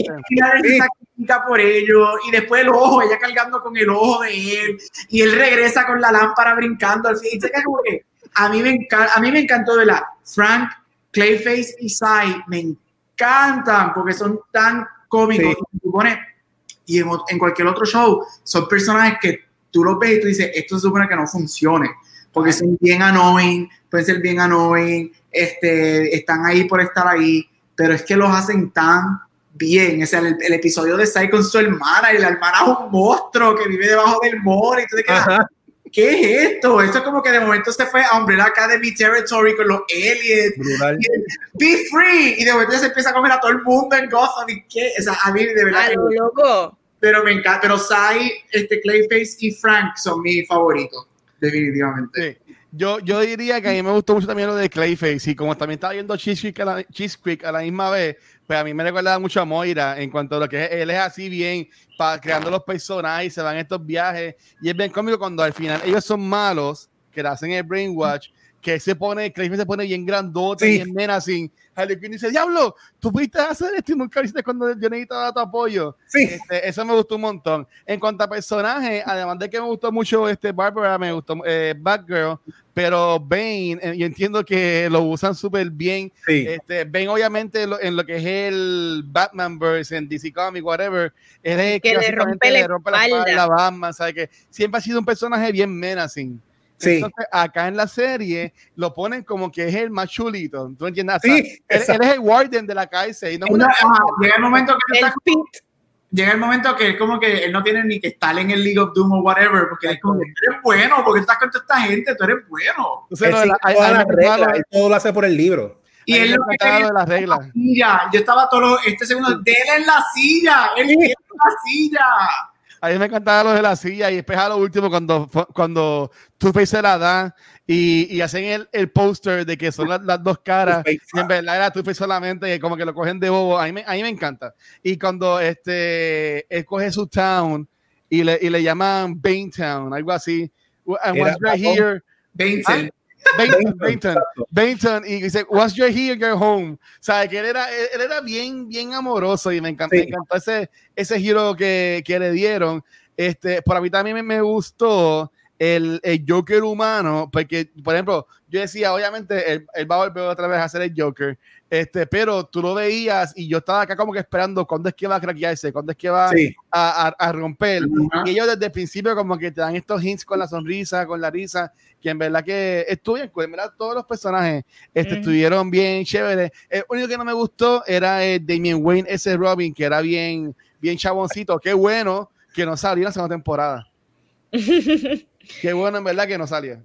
Sí. Por ello, y después el ojo, ella cargando con el ojo de él, y él regresa con la lámpara brincando al fin. Como que a mí me encanta, a mí me encantó de la Frank, Clayface y Sai, me encantan porque son tan cómicos. Sí. Y en, en cualquier otro show son personajes que tú los ves y tú dices, esto se supone que no funcione, porque son bien annoying, pueden ser bien annoying, este, están ahí por estar ahí, pero es que los hacen tan bien. O sea, el, el episodio de Sai con su hermana, y la hermana es un monstruo que vive debajo del mall, y tú te quedas, ¿qué es esto? Eso es como que de momento se fue a Umbrella Academy Territory con los aliens. Be free. Y de momento se empieza a comer a todo el mundo en Gotham. ¿Y qué? O sea, a mí de verdad.
Ay, que, loco.
Pero me encanta. Pero Sai, este, Clayface y Frank son mis favoritos, definitivamente.
Sí. Yo, yo diría que a mí me gustó mucho también lo de Clayface, y como también estaba viendo Cheese Creek a la, Cheese Creek a la misma vez, pues a mí me recordaba mucho a Moira en cuanto a lo que es, él es así bien, pa, creando los personajes, se van estos viajes, y es bien cómico cuando al final ellos son malos, que le hacen el brainwash, que se pone, Clayface se pone bien grandote, sí. bien menacing. Harley Quinn dice, diablo, tú pudiste hacer esto y nunca lo hiciste cuando yo necesitaba tu apoyo.
Sí.
Este, eso me gustó un montón. En cuanto a personajes, además de que me gustó mucho este Barbara, me gustó eh, Batgirl, pero Bane, eh, yo entiendo que lo usan súper bien.
Sí.
Este, Bane, obviamente, lo, en lo que es el Batmanverse, en D C Comics, whatever, él es
que, que le rompe, le rompe la espalda
a Batman, ¿sabes? Que siempre ha sido un personaje bien menacing. Sí. Entonces, acá en la serie lo ponen como que es el más chulito. ¿Tú entiendes?
Sí,
él, él es el warden de la cárcel. No,
no, ajá, llega el momento que
el
está, llega el momento que es como que él no tiene ni que estar en el League of Doom o whatever, porque es como que tú eres bueno, porque tú estás con toda esta gente, tú eres bueno.
Entonces, no, la, hay, hay la regla, él todo lo hace por el libro.
Y él lo que
de las reglas.
Yo estaba todo este segundo, déle en la silla, él quiere en la silla.
A mí me encantaba lo de la silla, y después a lo último cuando, cuando Two-Face se la da y, y hacen el, el póster de que son las, las dos caras, y en verdad era Two-Face solamente, y como que lo cogen de bobo. A mí me, a mí me encanta. Y cuando este, él coge su town y le, y le llaman Bane Town, algo así. And once you're here,
Bane
Bainton, Bainton, Bainton, y dice, once you're here, you're home. O sea, que él era, él era bien, bien amoroso, y me encantó, sí. me encantó ese, ese giro que, que le dieron. Este, por a mí también me, me gustó el, el Joker humano, porque, por ejemplo, yo decía, obviamente, él, él va a volver otra vez a hacer el Joker, este, pero tú lo veías y yo estaba acá como que esperando cuándo es que va a craquearse, cuándo es que va sí. a, a, a romper. Uh-huh. Y ellos desde el principio como que te dan estos hints con la sonrisa, con la risa, que en verdad que estuvo bien, en verdad todos los personajes este, uh-huh. estuvieron bien chéveres. El único que no me gustó era el Damian Wayne, ese Robin, que era bien, bien chaboncito. Qué bueno que no salió en la segunda temporada. Qué bueno en verdad que no salía.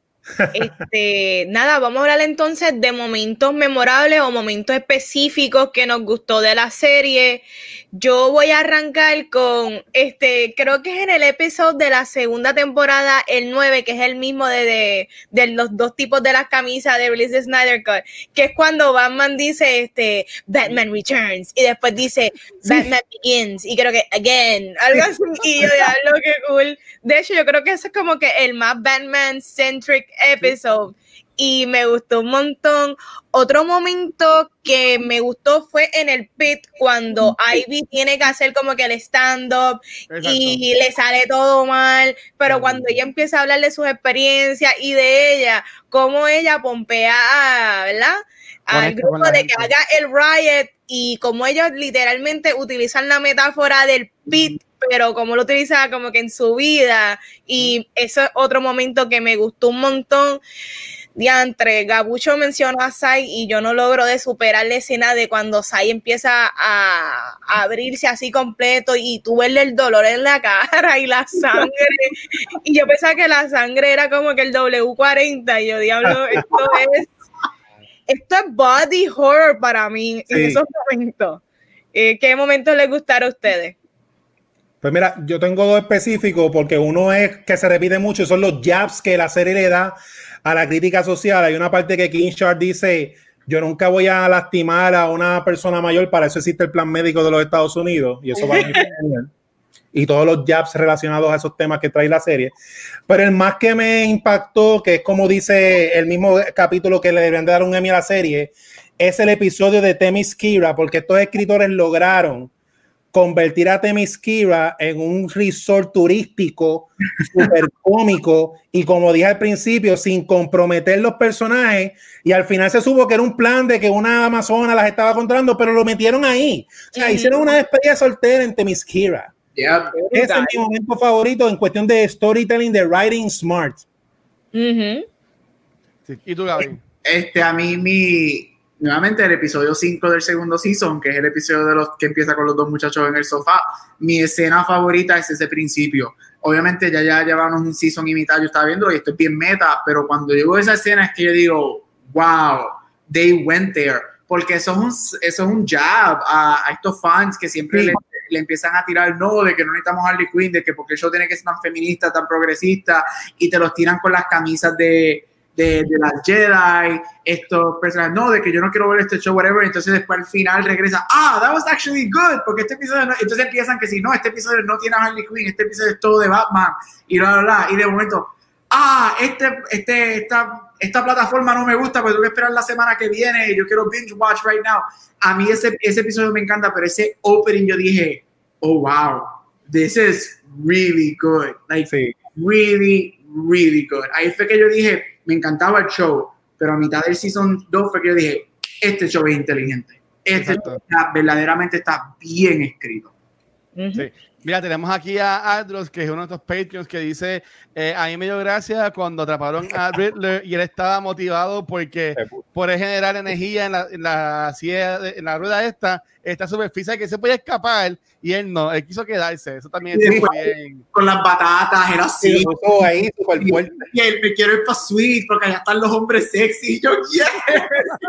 Este, nada, vamos a hablar entonces de momentos memorables o momentos específicos que nos gustó de la serie. Yo voy a arrancar con, este, creo que es en el episodio de la segunda temporada, el nueve, que es el mismo de, de, de los dos tipos de las camisas de Release the Snyder Cut, que es cuando Batman dice, este, Batman Returns, y después dice, Batman sí. Begins, y creo que Again, algo así, y yo diablo, qué cool. De hecho, yo creo que ese es como que el más Batman-centric episode y me gustó un montón. Otro momento que me gustó fue en el pit cuando Ivy tiene que hacer como que el stand-up y le sale todo mal, pero uh-huh. cuando ella empieza a hablar de sus experiencias y de ella, cómo ella pompea, ¿verdad? Al grupo de gente. Que haga el riot y cómo ellos literalmente utilizan la metáfora del pit, pero como lo utiliza como que en su vida, y eso es otro momento que me gustó un montón. Diantre, Gabucho mencionó a Sai y yo no logro de superar la escena de cuando Sai empieza a, a abrirse así completo y tú verle el dolor en la cara y la sangre, y yo pensaba que la sangre era como que el doble u cuarenta y yo, diablo, esto es esto es body horror para mí, sí. En esos momentos. Eh, ¿Qué momentos les gustaron a ustedes?
Pues mira, yo tengo dos específicos porque uno es que se repite mucho, son los jabs que la serie le da a la crítica social. Hay una parte que King Sharp dice, yo nunca voy a lastimar a una persona mayor, para eso existe el plan médico de los Estados Unidos, y eso va a genial. Y todos los jabs relacionados a esos temas que trae la serie. Pero el más que me impactó, que es como dice el mismo capítulo que le deberían de dar un Emmy a la serie, es el episodio de Themyscira, porque estos escritores lograron convertir a Themyscira en un resort turístico súper cómico y, como dije al principio, sin comprometer los personajes, y al final se supo que era un plan de que una amazona las estaba controlando, pero lo metieron ahí. O sea, mm-hmm. hicieron una despedida soltera en Themyscira. Yeah, ese es mi momento favorito en cuestión de storytelling, de writing smart.
Mm-hmm.
Sí. ¿Y tú, Gaby?
Este, a mí, mi... Nuevamente el episodio cinco del segundo season, que es el episodio de los que empieza con los dos muchachos en el sofá. Mi escena favorita es ese principio. Obviamente ya ya llevamos un season y mitad, yo estaba viendo y esto es bien meta, pero cuando llegó esa escena es que yo digo, wow, they went there, porque eso es un, eso es un jab a, a estos fans que siempre sí. le, le empiezan a tirar no, de que no necesitamos Harley Quinn, de que porque el show tiene que ser tan feminista, tan progresista, y te los tiran con las camisas de De, de las Jedi, estos personajes, no, de que yo no quiero ver este show, whatever, entonces después al final regresa, ah, that was actually good, porque este episodio no, entonces empiezan que si no, este episodio no tiene a Harley Quinn, este episodio es todo de Batman, y bla, bla, bla, y de momento, ah, este, este, esta, esta plataforma no me gusta, porque tengo que esperar la semana que viene, y yo quiero binge watch right now. A mí ese, ese episodio me encanta, pero ese opening yo dije, oh, wow, this is really good, like, sí. really, really good. Ahí fue que yo dije, me encantaba el show, pero a mitad del season dos fue que yo dije, este show es inteligente. Este show está, verdaderamente está bien escrito.
Uh-huh. Sí. Mira, tenemos aquí a Adros, que es uno de estos Patreons, que dice, eh, a mí me dio gracia cuando atraparon a Riddler y él estaba motivado porque por generar energía en la, en la, en la rueda esta, esta superficie que se podía escapar, y él no, él quiso quedarse. Eso también
sí,
es bien.
Con las batatas, era así.
Sí, todo ahí, súper fuerte.
Y él, me quiero ir para Sweet, porque allá están los hombres sexy. Y yo, yeah.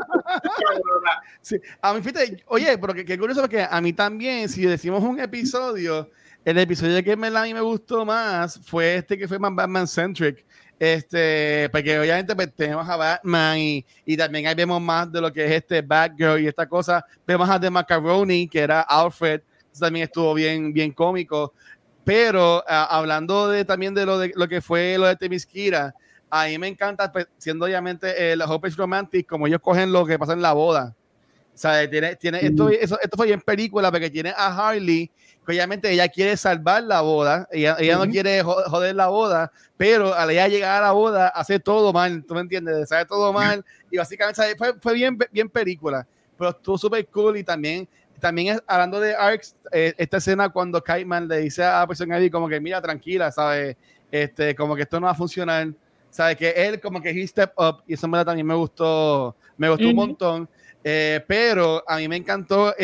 Sí. A mí, fíjate, oye, pero qué curioso, porque a mí también, si decimos un episodio, el episodio que me, a mí me gustó más fue este que fue más Batman-centric. Este, porque obviamente pues, tenemos a Batman y, y también ahí vemos más de lo que es este Batgirl y esta cosa. Vemos a The Macaroni, que era Alfred, también estuvo bien, bien cómico. Pero uh, hablando de, también de lo, de lo que fue lo de Themyscira, a mí me encanta, pues, siendo obviamente el eh, Hope is Romantic, como ellos cogen lo que pasa en la boda. ¿Sabes? Tiene, tiene, esto, eso, esto fue en película porque tiene a Harley, que obviamente ella quiere salvar la boda, ella, ella uh-huh. no quiere joder la boda, pero al ella llegar a la boda hace todo mal, ¿tú me entiendes? Sabe todo mal y básicamente ¿sabes? Fue, fue bien, bien película, pero estuvo súper cool. Y también, también es, hablando de Arcs, eh, esta escena cuando Kiteman le dice a la persona ahí como que mira, tranquila, ¿sabes? Este, como que esto no va a funcionar, ¿sabes? Que él como que he step up y eso me, también me gustó, me gustó uh-huh. un montón. Eh, pero a mí me encantó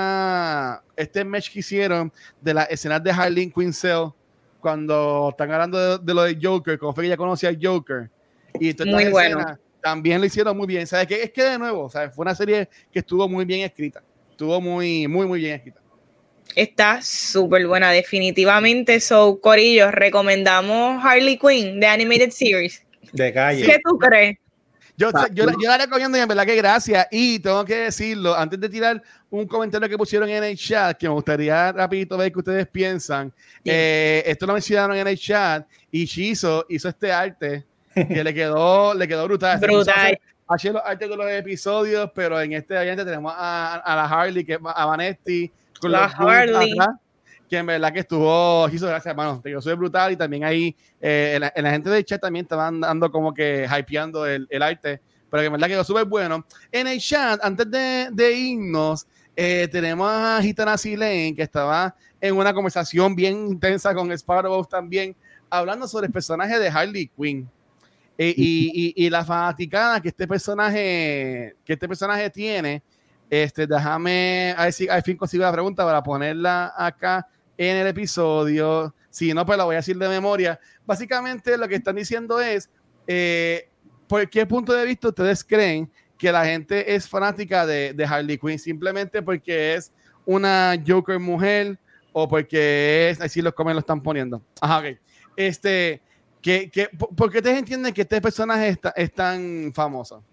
esta, este match que hicieron de las escenas de Harley Quinzel cuando están hablando de, de lo de Joker, como fue que ella conocía a Joker. Y
muy bueno. Escenas,
también lo hicieron muy bien. ¿Sabes qué? Es que de nuevo, ¿sabes? Fue una serie que estuvo muy bien escrita. Estuvo muy, muy, muy bien escrita.
Está súper buena, definitivamente. So, Corillo, recomendamos Harley Quinn, de Animated Series.
De calle.
¿Qué tú crees?
Yo, yo, yo la recomiendo y en verdad que gracias. Y tengo que decirlo, antes de tirar un comentario que pusieron en el chat, que me gustaría rapidito ver qué ustedes piensan. Yeah. Eh, esto lo mencionaron en el chat y Shizo hizo este arte que le quedó, le quedó brutal.
Brutal.
Hace los artes de los episodios, pero en este variante tenemos a, a la Harley, que a Vanetti, con
la Harley.
Atrás, que en verdad que estuvo, hizo gracias, hermano. Yo soy brutal y también ahí, eh, en, la, en la gente del chat también estaban dando como que hypeando el, el arte, pero que en verdad que quedó súper bueno. En el chat, antes de, de irnos, eh, tenemos a Gitana Silene, que estaba en una conversación bien intensa con Sparrow también, hablando sobre el personaje de Harley Quinn. Eh, y, y, y la fanaticada que este personaje, que este personaje tiene. Este, déjame, a ver si al fin consigo la pregunta para ponerla acá en el episodio. Si no, pues la voy a decir de memoria. Básicamente lo que están diciendo es, eh, ¿por qué punto de vista ustedes creen que la gente es fanática de, de Harley Quinn? ¿Simplemente porque es una Joker mujer o porque es, así los comen lo están poniendo? Ajá, ok. Este, que, que, ¿por qué ustedes entienden que este personaje está, es tan famoso?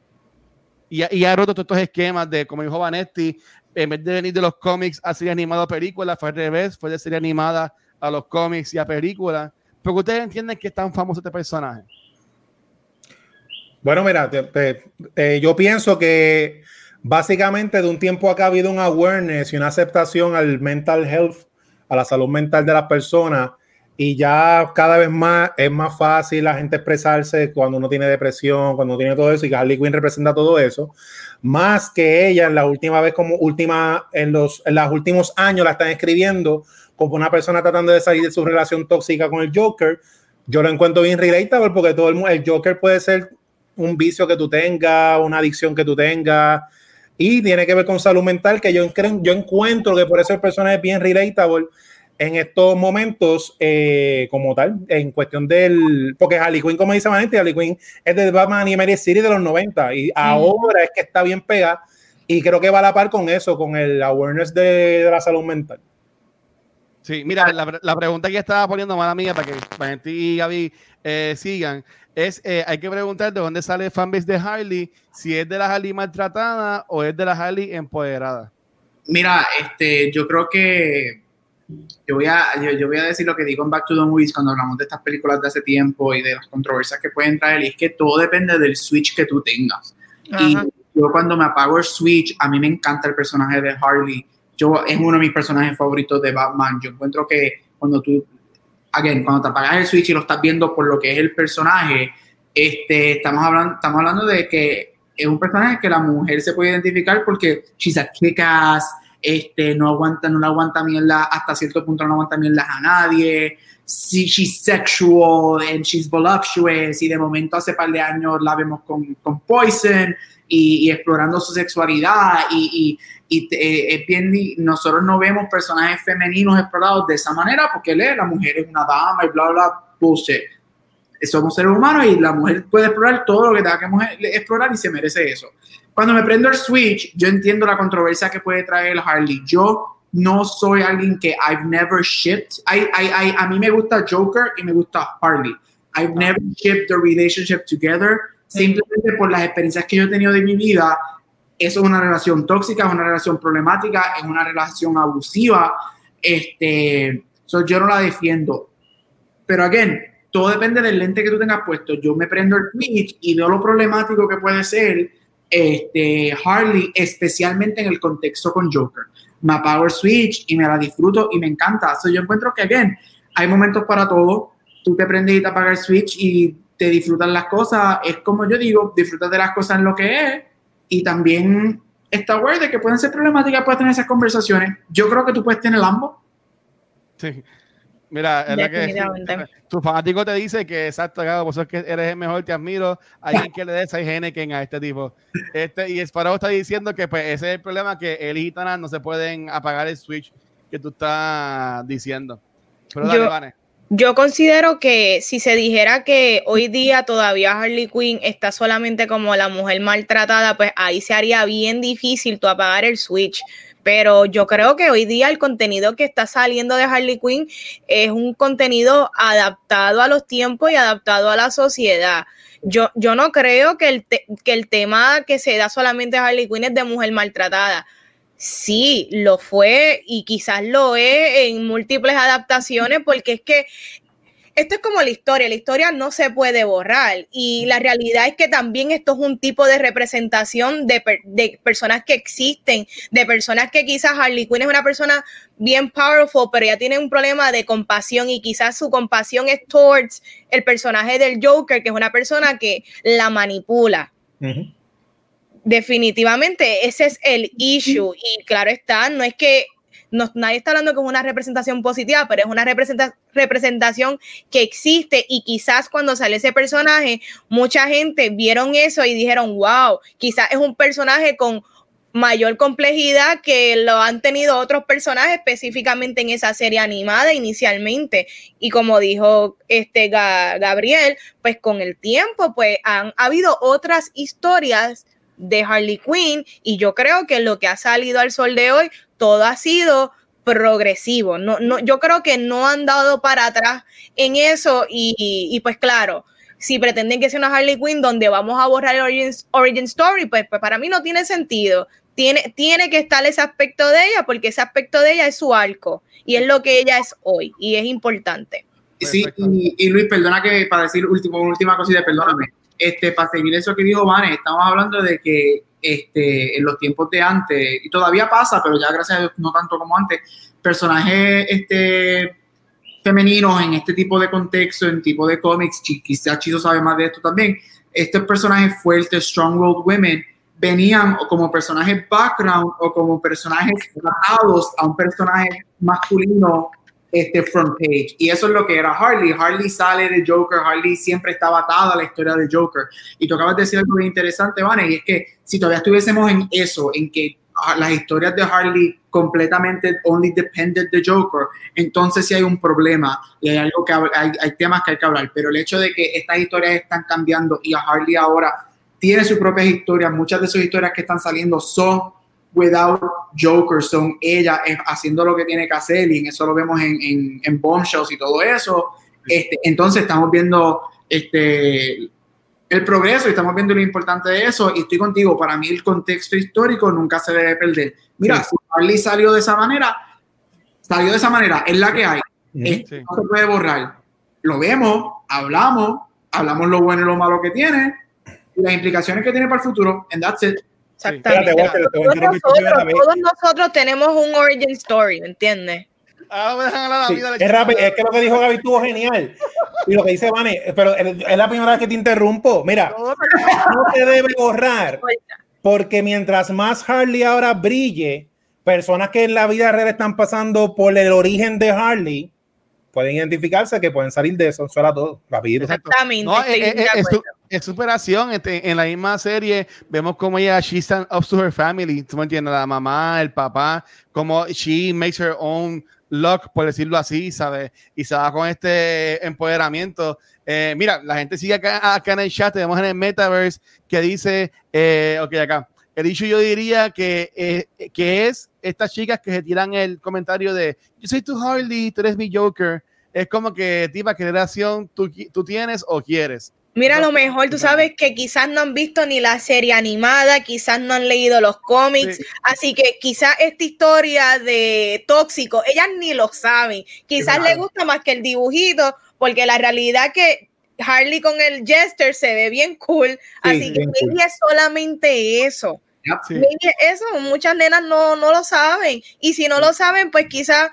Y, y ha roto todos estos esquemas de, como dijo Vanetti, en vez de venir de los cómics a serie animada a película, fue al revés, fue de serie animada a los cómics y a película. ¿Pero ustedes entienden que es tan famoso este personaje?
Bueno, mira, te, te, te, yo pienso que básicamente de un tiempo acá ha habido un awareness y una aceptación al mental health, a la salud mental de las personas, y ya cada vez más es más fácil la gente expresarse cuando uno tiene depresión, cuando uno tiene todo eso, y que Harley Quinn representa todo eso, más que ella en la última vez, como última, en los, en los últimos años la están escribiendo como una persona tratando de salir de su relación tóxica con el Joker. Yo lo encuentro bien relatable porque todo el, el Joker puede ser un vicio que tú tengas, una adicción que tú tengas, y tiene que ver con salud mental, que yo, creo, yo encuentro que por eso el personaje es bien relatable en estos momentos, eh, como tal, en cuestión del... Porque Harley Quinn, como dice Vanetti, Harley Quinn es de Batman Animated Series de los noventa, y mm. ahora es que está bien pegada, y creo que va a la par con eso, con el awareness de, de la salud mental.
Sí, mira, la, la pregunta que estaba poniendo, mala mía, para que Vanetti y Gaby eh, sigan, es, eh, hay que preguntar de dónde sale el fanbase de Harley, si es de la Harley maltratada o es de la Harley empoderada.
Mira, este, yo creo que Yo voy, a, yo, yo voy a decir lo que digo en Back to the Movies cuando hablamos de estas películas de hace tiempo y de las controversias que pueden traer, y es que todo depende del switch que tú tengas. Ajá. Y yo cuando me apago el switch, a mí me encanta el personaje de Harley. Yo, es uno de mis personajes favoritos de Batman. Yo encuentro que cuando tú, again, cuando te apagas el switch y lo estás viendo por lo que es el personaje, este, estamos, hablando, estamos hablando de que es un personaje que la mujer se puede identificar porque she's a kick-ass, Este, no aguanta, no le aguanta mierda, hasta cierto punto no aguanta mierda a nadie. Si she's sexual and she's voluptuous, y de momento hace par de años la vemos con, con Poison y, y explorando su sexualidad, y, y, y eh, es bien, nosotros no vemos personajes femeninos explorados de esa manera porque lee, la mujer es una dama y bla bla, bullshit. Somos seres humanos y la mujer puede explorar todo lo que tenga que explorar y se merece eso. Cuando me prendo el switch, yo entiendo la controversia que puede traer el Harley. Yo no soy alguien que I've never shipped. I, I, I, a mí me gusta Joker y me gusta Harley. I've never shipped the relationship together. Simplemente por las experiencias que yo he tenido de mi vida. Eso es una relación tóxica, es una relación problemática, es una relación abusiva. Este, so yo no la defiendo. Pero, again, todo depende del lente que tú tengas puesto. Yo me prendo el switch y veo lo problemático que puede ser este, Harley, especialmente en el contexto con Joker. Me power switch y me la disfruto y me encanta. So, yo encuentro que, again, hay momentos para todo. Tú te prendes y te apagas el switch y te disfrutas las cosas. Es como yo digo, disfrutas de las cosas en lo que es y también está aware de que pueden ser problemáticas, puedes tener esas conversaciones. Yo creo que tú puedes tener ambos.
Sí. Mira, es la que tu fanático te dice que exacto, por eso es que eres el mejor, te admiro. Alguien que le dé ese Heineken a este tipo. Este, y Sparrow está diciendo que pues, ese es el problema, que él y Tana no se pueden apagar el switch que tú estás diciendo. Pero dale,
yo,
Vane.
Yo considero que si se dijera que hoy día todavía Harley Quinn está solamente como la mujer maltratada, pues ahí se haría bien difícil tú apagar el switch. Pero yo creo que hoy día el contenido que está saliendo de Harley Quinn es un contenido adaptado a los tiempos y adaptado a la sociedad. Yo, yo no creo que el, te, que el tema que se da solamente a Harley Quinn es de mujer maltratada. Sí, lo fue y quizás lo es en múltiples adaptaciones, porque es que esto es como la historia, la historia no se puede borrar y la realidad es que también esto es un tipo de representación de, per, de personas que existen, de personas que quizás Harley Quinn es una persona bien powerful, pero ella tiene un problema de compasión y quizás su compasión es towards el personaje del Joker, que es una persona que la manipula. Uh-huh. Definitivamente ese es el issue y claro está, no es que No, nadie está hablando que es una representación positiva, pero es una representa, representación que existe y quizás cuando sale ese personaje, mucha gente vieron eso y dijeron, wow, quizás es un personaje con mayor complejidad que lo han tenido otros personajes específicamente en esa serie animada inicialmente. Y como dijo este Ga- Gabriel, pues con el tiempo pues han ha habido otras historias de Harley Quinn y yo creo que lo que ha salido al sol de hoy todo ha sido progresivo. No, no, yo creo que no han dado para atrás en eso y, y, y pues claro, si pretenden que sea una Harley Quinn donde vamos a borrar el origin, origin story, pues, pues para mí no tiene sentido. Tiene, tiene que estar ese aspecto de ella porque ese aspecto de ella es su arco y es lo que ella es hoy y es importante.
Sí, y, y Luis, perdona que para decir último, última cosita, perdóname. Este, para seguir eso que dijo Vane, estamos hablando de que este, en los tiempos de antes, y todavía pasa, pero ya gracias a Dios no tanto como antes, personajes este, femeninos en este tipo de contexto, en tipo de cómics, quizás Chizo sabe más de esto también, estos personajes fuertes, strong-willed women, venían o como personajes background o como personajes atados a un personaje masculino este front page, y eso es lo que era Harley. Harley sale de Joker, Harley siempre estaba atada a la historia de Joker, y tú acabas de decir algo interesante, Vane, y es que si todavía estuviésemos en eso, en que las historias de Harley completamente only depended de Joker, entonces sí hay un problema y hay algo que hay, hay temas que hay que hablar, pero el hecho de que estas historias están cambiando y a Harley ahora tiene sus propias historias, muchas de sus historias que están saliendo son without Joker, son ella haciendo lo que tiene que hacer, y en eso lo vemos en, en, en Bombshells y todo eso. Este, entonces estamos viendo este, el progreso y estamos viendo lo importante de eso, y estoy contigo, para mí el contexto histórico nunca se debe perder. Mira, sí. Si Harley salió de esa manera, salió de esa manera, es la que hay. Sí. Este, no se puede borrar. Lo vemos, hablamos, hablamos lo bueno y lo malo que tiene, y las implicaciones que tiene para el futuro, and that's it.
Exactamente. Sí. Espérate, todos, nosotros, todos nosotros tenemos un origin story, ¿me entiendes?
Ah, sí, es rápido, es que lo que dijo Gaby estuvo genial. Y lo que dice Vane, pero es la primera vez que te interrumpo. Mira, no se debe borrar, porque mientras más Harley ahora brille, personas que en la vida real están pasando por el origen de Harley pueden identificarse, que pueden salir de eso. Eso era todo, rápido.
Exactamente.
No, es, es, es, es superación. Este, en la misma serie vemos como ella, she stands up to her family. ¿Tú me entiendes? La mamá, el papá, como she makes her own luck, por decirlo así, ¿sabes? Y se va con este empoderamiento. Eh, mira, la gente sigue acá, acá en el chat, tenemos en el Metaverse que dice, eh, ok, acá, el issue yo diría que, eh, que es estas chicas que se tiran el comentario de yo soy tu Harley, tú eres mi Joker. Es como que, tipo, ¿qué relación tú, tú tienes o quieres?
Mira, a lo mejor tú sabes que quizás no han visto ni la serie animada, quizás no han leído los cómics, sí. Así que quizás esta historia de tóxico, ellas ni lo saben. Quizás claro. Les gusta más que el dibujito, porque la realidad que Harley con el Jester se ve bien cool, sí, así que maybe cool. Es solamente eso. Sí. Maybe eso, muchas nenas no, no lo saben, y si no sí. lo saben, pues quizás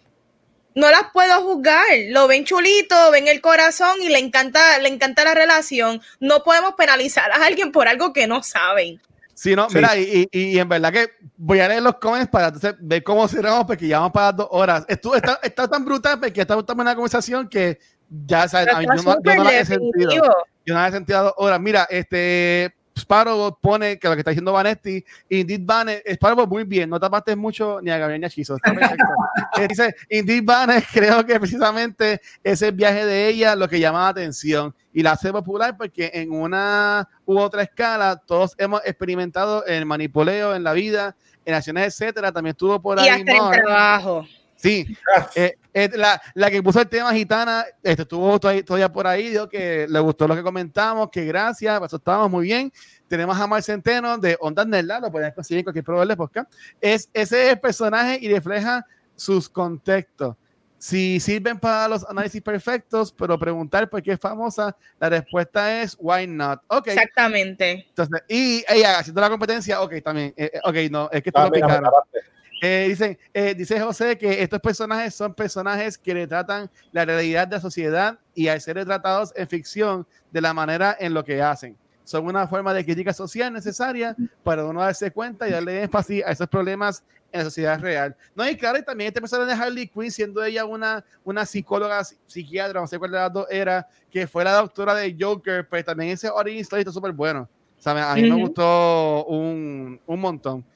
no las puedo juzgar, lo ven chulito, ven el corazón y le encanta, le encanta la relación. No podemos penalizar a alguien por algo que no saben.
Sí, no, sí. Mira, y, y, y en verdad que voy a leer los comments para entonces ver cómo cerramos, porque ya vamos para dos horas. Esto está, está tan brutal porque está en una conversación que ya, o sea, yo, no, yo no la he sentido. Yo no la he sentido a dos horas. Mira, este... Sparrow pone que lo que está diciendo Vanetti, Indeed Banner, Sparrow muy bien, no tapaste mucho ni a Gabriel ni a Chizo, está perfecto. Dice, Indeed Banner, creo que precisamente ese viaje de ella lo que llama la atención y la hace popular porque en una u otra escala todos hemos experimentado el manipuleo en la vida, en acciones, etcétera, también estuvo por ahí.
Y hasta en trabajo.
Sí, eh, eh, la, la que puso el tema gitana, este, estuvo todavía, todavía por ahí, dijo que le gustó lo que comentamos, que gracias, pues estábamos muy bien. Tenemos a Mar Centeno de Ondas Nerdas, lo pueden conseguir en cualquier proveedor de podcast. Es, ese es el personaje y refleja sus contextos. Si sirven para los análisis perfectos, pero preguntar por qué es famosa, la respuesta es why not. Okay.
Exactamente.
Entonces, y ella haciendo la competencia, ok, también, eh, ok, no, es que esto
ah,
lo picaron. Eh, dicen, eh, dice José que estos personajes son personajes que retratan la realidad de la sociedad y al ser retratados en ficción de la manera en lo que hacen. Son una forma de crítica social necesaria para uno darse cuenta y darle énfasis a esos problemas en la sociedad real. No, y claro, y también este personaje de Harley Quinn, siendo ella una, una psicóloga, psiquiatra, no sé cuál de las dos era, que fue la doctora de Joker, pues también ese origin story está súper bueno. O sea, a mí uh-huh. me gustó un, un montón.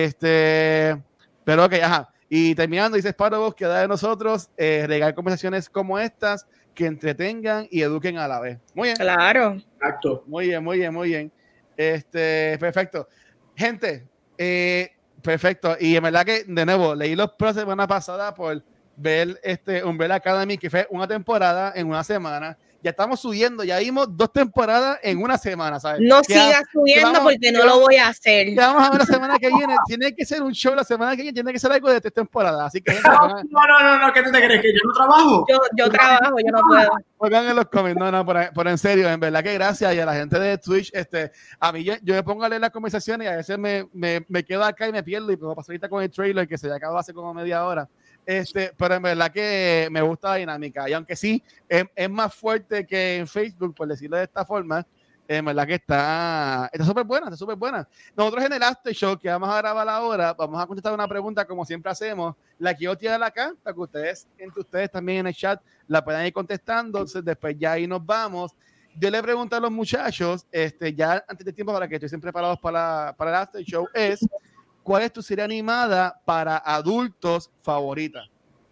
Este... Pero ok, ajá. Y terminando, dice Sparrow, queda de nosotros eh, regalar conversaciones como estas que entretengan y eduquen a la vez. Muy bien.
Claro.
Exacto.
Muy bien, muy bien, muy bien. Este, perfecto. Gente, eh, perfecto. Y en verdad que, de nuevo, leí los pros de semana pasada por ver este Umbrella Academy, que fue una temporada en una semana. Ya estamos subiendo, ya vimos dos temporadas en una semana, ¿sabes?
No
ya,
sigas subiendo vamos, porque no
ya,
lo voy a hacer.
Ya vamos a ver la semana que viene. Tiene que ser un show la semana que viene, tiene que ser algo de tres temporadas. Así que, gente,
no, no, no, no, no, ¿qué tú te crees? ¿Que yo no trabajo?
Yo, yo trabajo, yo no puedo.
Pongan en los comentarios, no, no, por, por en serio, en verdad que gracias. Y a la gente de Twitch, este, a mí yo, yo me pongo a leer las conversaciones y a veces me, me, me quedo acá y me pierdo y puedo pasar ahorita con el trailer que se acabó hace como media hora. Este, pero en verdad que me gusta la dinámica y aunque sí es, es más fuerte que en Facebook, por decirlo de esta forma, en verdad que está está súper buena, está súper buena. Nosotros en el After Show que vamos a grabar ahora, vamos a contestar una pregunta como siempre hacemos, la quiero tirar acá para que ustedes, entre ustedes también en el chat, la puedan ir contestando. Entonces después ya ahí nos vamos. Yo le pregunto a los muchachos, este, ya antes de tiempo para que estén preparados para, para el After Show, es ¿cuál es tu serie animada para adultos favorita?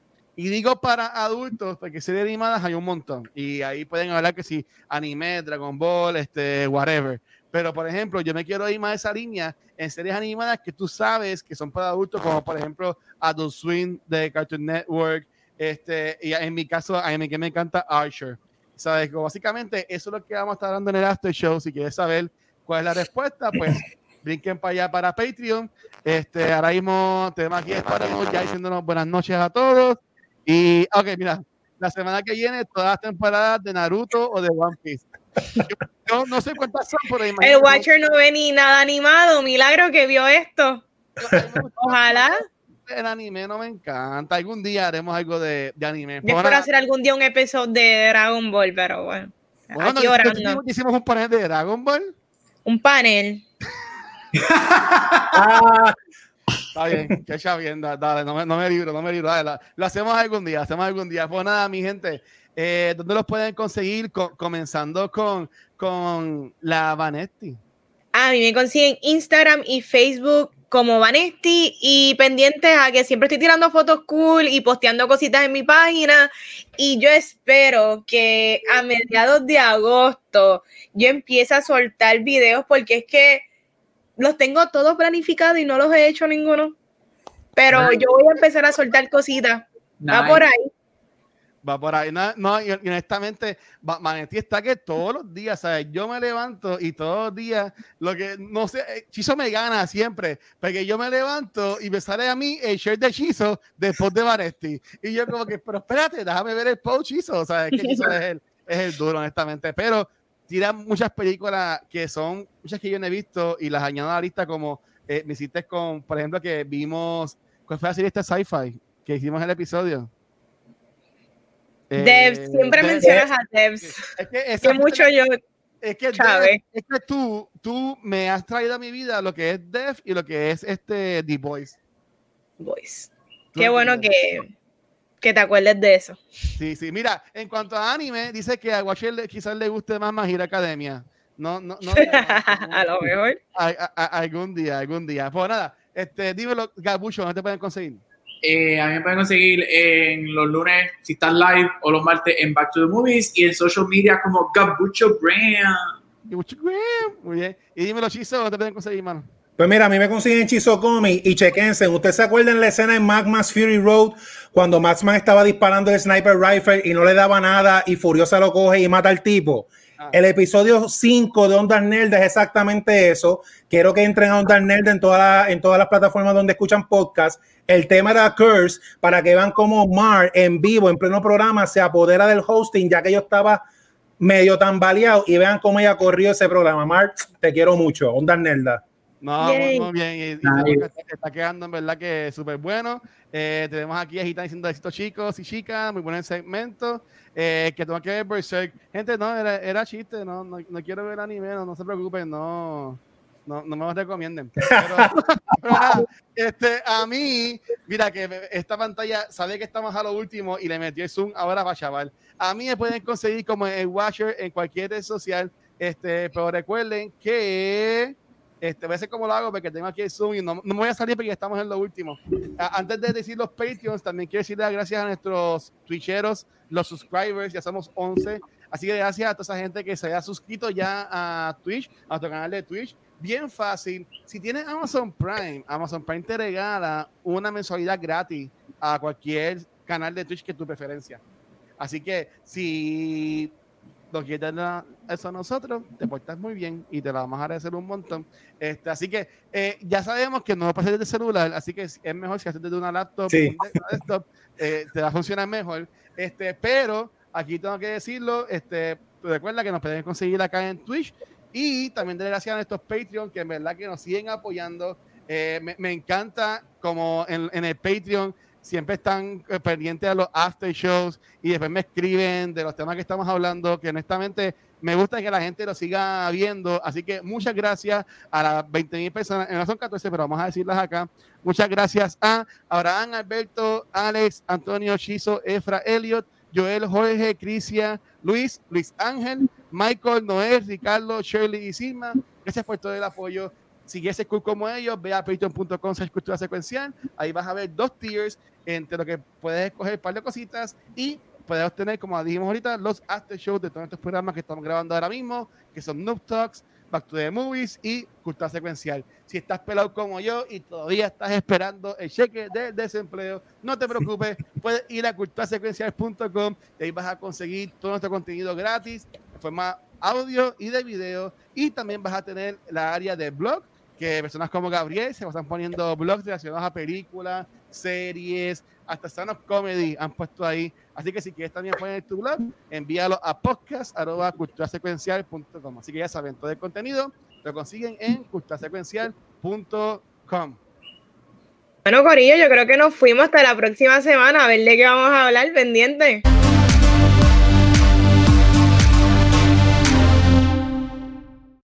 Y digo para adultos porque series animadas hay un montón y ahí pueden hablar que si anime, Dragon Ball, este, whatever. Pero por ejemplo, yo me quiero ir más a esa línea en series animadas que tú sabes que son para adultos, como por ejemplo Adult Swim de Cartoon Network, este, y en mi caso a mí que me encanta Archer. ¿Sabes? Básicamente eso es lo que vamos a estar dando en el After Show. Si quieres saber cuál es la respuesta, pues brinquen para allá para Patreon. Este, ahora mismo tenemos aquí estaremos ya diciéndonos buenas noches a todos. Y, ok, mira, la semana que viene todas las temporadas de Naruto o de One Piece. Yo, yo no sé cuántas son, pero imagínate.
El Watcher no ve ni nada animado. Milagro que vio esto. Ojalá.
El anime no me encanta. Algún día haremos algo de, de anime.
Yo espero hacer algún día un episodio de Dragon Ball, pero bueno.
Bueno,
aquí
no,
orando.
Hicimos un panel de Dragon Ball.
Un panel.
ah, está bien, que chavienda, dale, no me, no me libro, no me libro, dale, la, lo hacemos algún día, hacemos algún día. Pues nada, mi gente, eh, ¿dónde los pueden conseguir? Co comenzando con, con la Vanetti.
A mí me consiguen Instagram y Facebook como Vanetti y pendientes a que siempre estoy tirando fotos cool y posteando cositas en mi página y yo espero que a mediados de agosto yo empiece a soltar videos porque es que los tengo todos planificados y no los he hecho ninguno, pero yo voy a empezar a soltar cositas. Va nice. Por ahí.
Va por ahí. No, no y honestamente, Vanetti está que todos los días, ¿sabes? Yo me levanto y todos los días, lo que, no sé, Chizo me gana siempre, porque yo me levanto y me sale a mí el shirt de Chizo después de Vanetti. Y yo como que, pero espérate, déjame ver el post Chizo, ¿sabes? ¿Qué Chizo es él? es el duro, honestamente. Pero tiran muchas películas que son, muchas que yo no he visto y las añado a la lista como eh, me hiciste con, por ejemplo, que vimos, ¿cuál fue la serie esta sci-fi que hicimos el episodio?
Devs, eh, siempre Devs, mencionas a Devs.
Es que,
que mucho yo...
Es que, Dev, es que tú, tú me has traído a mi vida lo que es Dev y lo que es este The Boys.
Boys. Qué bueno que, que te acuerdes de eso.
Sí, sí. Mira, en cuanto a anime, dice que a Watcher le, quizás le guste más My Hero Academia. No, no, no. no, no, no
a lo mejor.
A, a, a, algún día, algún día. Pues nada, este, dímelo, Gabucho, ¿dónde te pueden conseguir?
Eh, a mí me pueden conseguir en los lunes, si están live, o los martes en Back to the Movies y en social media como Gabucho Graham.
Gabucho Graham, muy bien. Y dímelo, Chizo, ¿dónde te pueden conseguir, mano?
Pues mira, a mí me consiguen Chizo Comics y chequense. ¿Ustedes se acuerdan la escena en Mad Max Fury Road cuando Max Man estaba disparando el sniper rifle y no le daba nada y Furiosa lo coge y mata al tipo? Ah. El episodio cinco de Ondas Nerd es exactamente eso. Quiero que entren a Ondas Nerd en, toda, en todas las plataformas donde escuchan podcast. El tema era Curse, para que vean cómo Mar en vivo, en pleno programa, se apodera del hosting, ya que yo estaba medio tambaleado, y vean cómo ella corrió ese programa. Mar, te quiero mucho. Ondas Nerd.
No, muy, muy bien. Y, y nice. está, está quedando en verdad que súper bueno. Eh, tenemos aquí a Gitán diciendo éxito, chicos y chicas. Muy buen segmento. Eh, que tengo que ver Berserk. Gente, no, era, era chiste. No, no, no quiero ver anime. No, no se preocupen. No, no, no me lo recomienden. Pero, pero nada, este, a mí, mira que esta pantalla sabe que estamos a lo último y le metió el zoom ahora para chaval. A mí me pueden conseguir como el Watcher en cualquier red social. Este, pero recuerden que Este, voy a hacer como lo hago porque tengo aquí el Zoom y no, no me voy a salir porque estamos en lo último. A, antes de decir los Patreons, también quiero decirle gracias a nuestros Twitcheros, los subscribers, ya somos once. Así que gracias a toda esa gente que se haya suscrito ya a Twitch, a nuestro canal de Twitch. Bien fácil. Si tienes Amazon Prime, Amazon Prime te regala una mensualidad gratis a cualquier canal de Twitch que tu preferencia. Así que si lo quieres dar eso a nosotros, te portas muy bien y te lo vamos a agradecer un montón. Este, así que eh, ya sabemos que no va a pasar desde celular, así que es mejor si haces desde una laptop,
sí.
un desktop, eh, te va a funcionar mejor. Este, pero aquí tengo que decirlo, este, recuerda que nos pueden conseguir acá en Twitch y también de gracias a nuestros Patreon que en verdad que nos siguen apoyando. Eh, me, me encanta como en, en el Patreon siempre están pendientes a los after shows y después me escriben de los temas que estamos hablando, que honestamente me gusta que la gente lo siga viendo. Así que muchas gracias a las veinte mil personas, no son catorce, pero vamos a decirlas acá. Muchas gracias a Abraham, Alberto, Alex, Antonio, Chizo, Efra, Elliot, Joel, Jorge, Crisia, Luis, Luis Ángel, Michael, Noel, Ricardo, Shirley y Silma. Gracias por todo el apoyo. Si quieres ser cool como ellos, ve a patreon punto com slash cultura secuencial. Ahí vas a ver dos tiers entre lo que puedes escoger un par de cositas y puedes obtener, como dijimos ahorita, los after shows de todos estos programas que estamos grabando ahora mismo, que son Noob Talks, Back to the Movies y Cultura Secuencial. Si estás pelado como yo y todavía estás esperando el cheque del desempleo, no te preocupes, puedes ir a cultura secuencial punto com y ahí vas a conseguir todo nuestro contenido gratis, de forma audio y de video, y también vas a tener la área de blog, que personas como Gabriel se están poniendo blogs relacionados a películas, series, hasta stand-up comedy han puesto ahí. Así que si quieres también poner tu blog, envíalo a podcast arroba cultura secuencial punto com. Así que ya saben, todo el contenido lo consiguen en cultura secuencial punto com.
Bueno, Corillo, yo creo que nos fuimos hasta la próxima semana a ver de qué vamos a hablar, pendiente.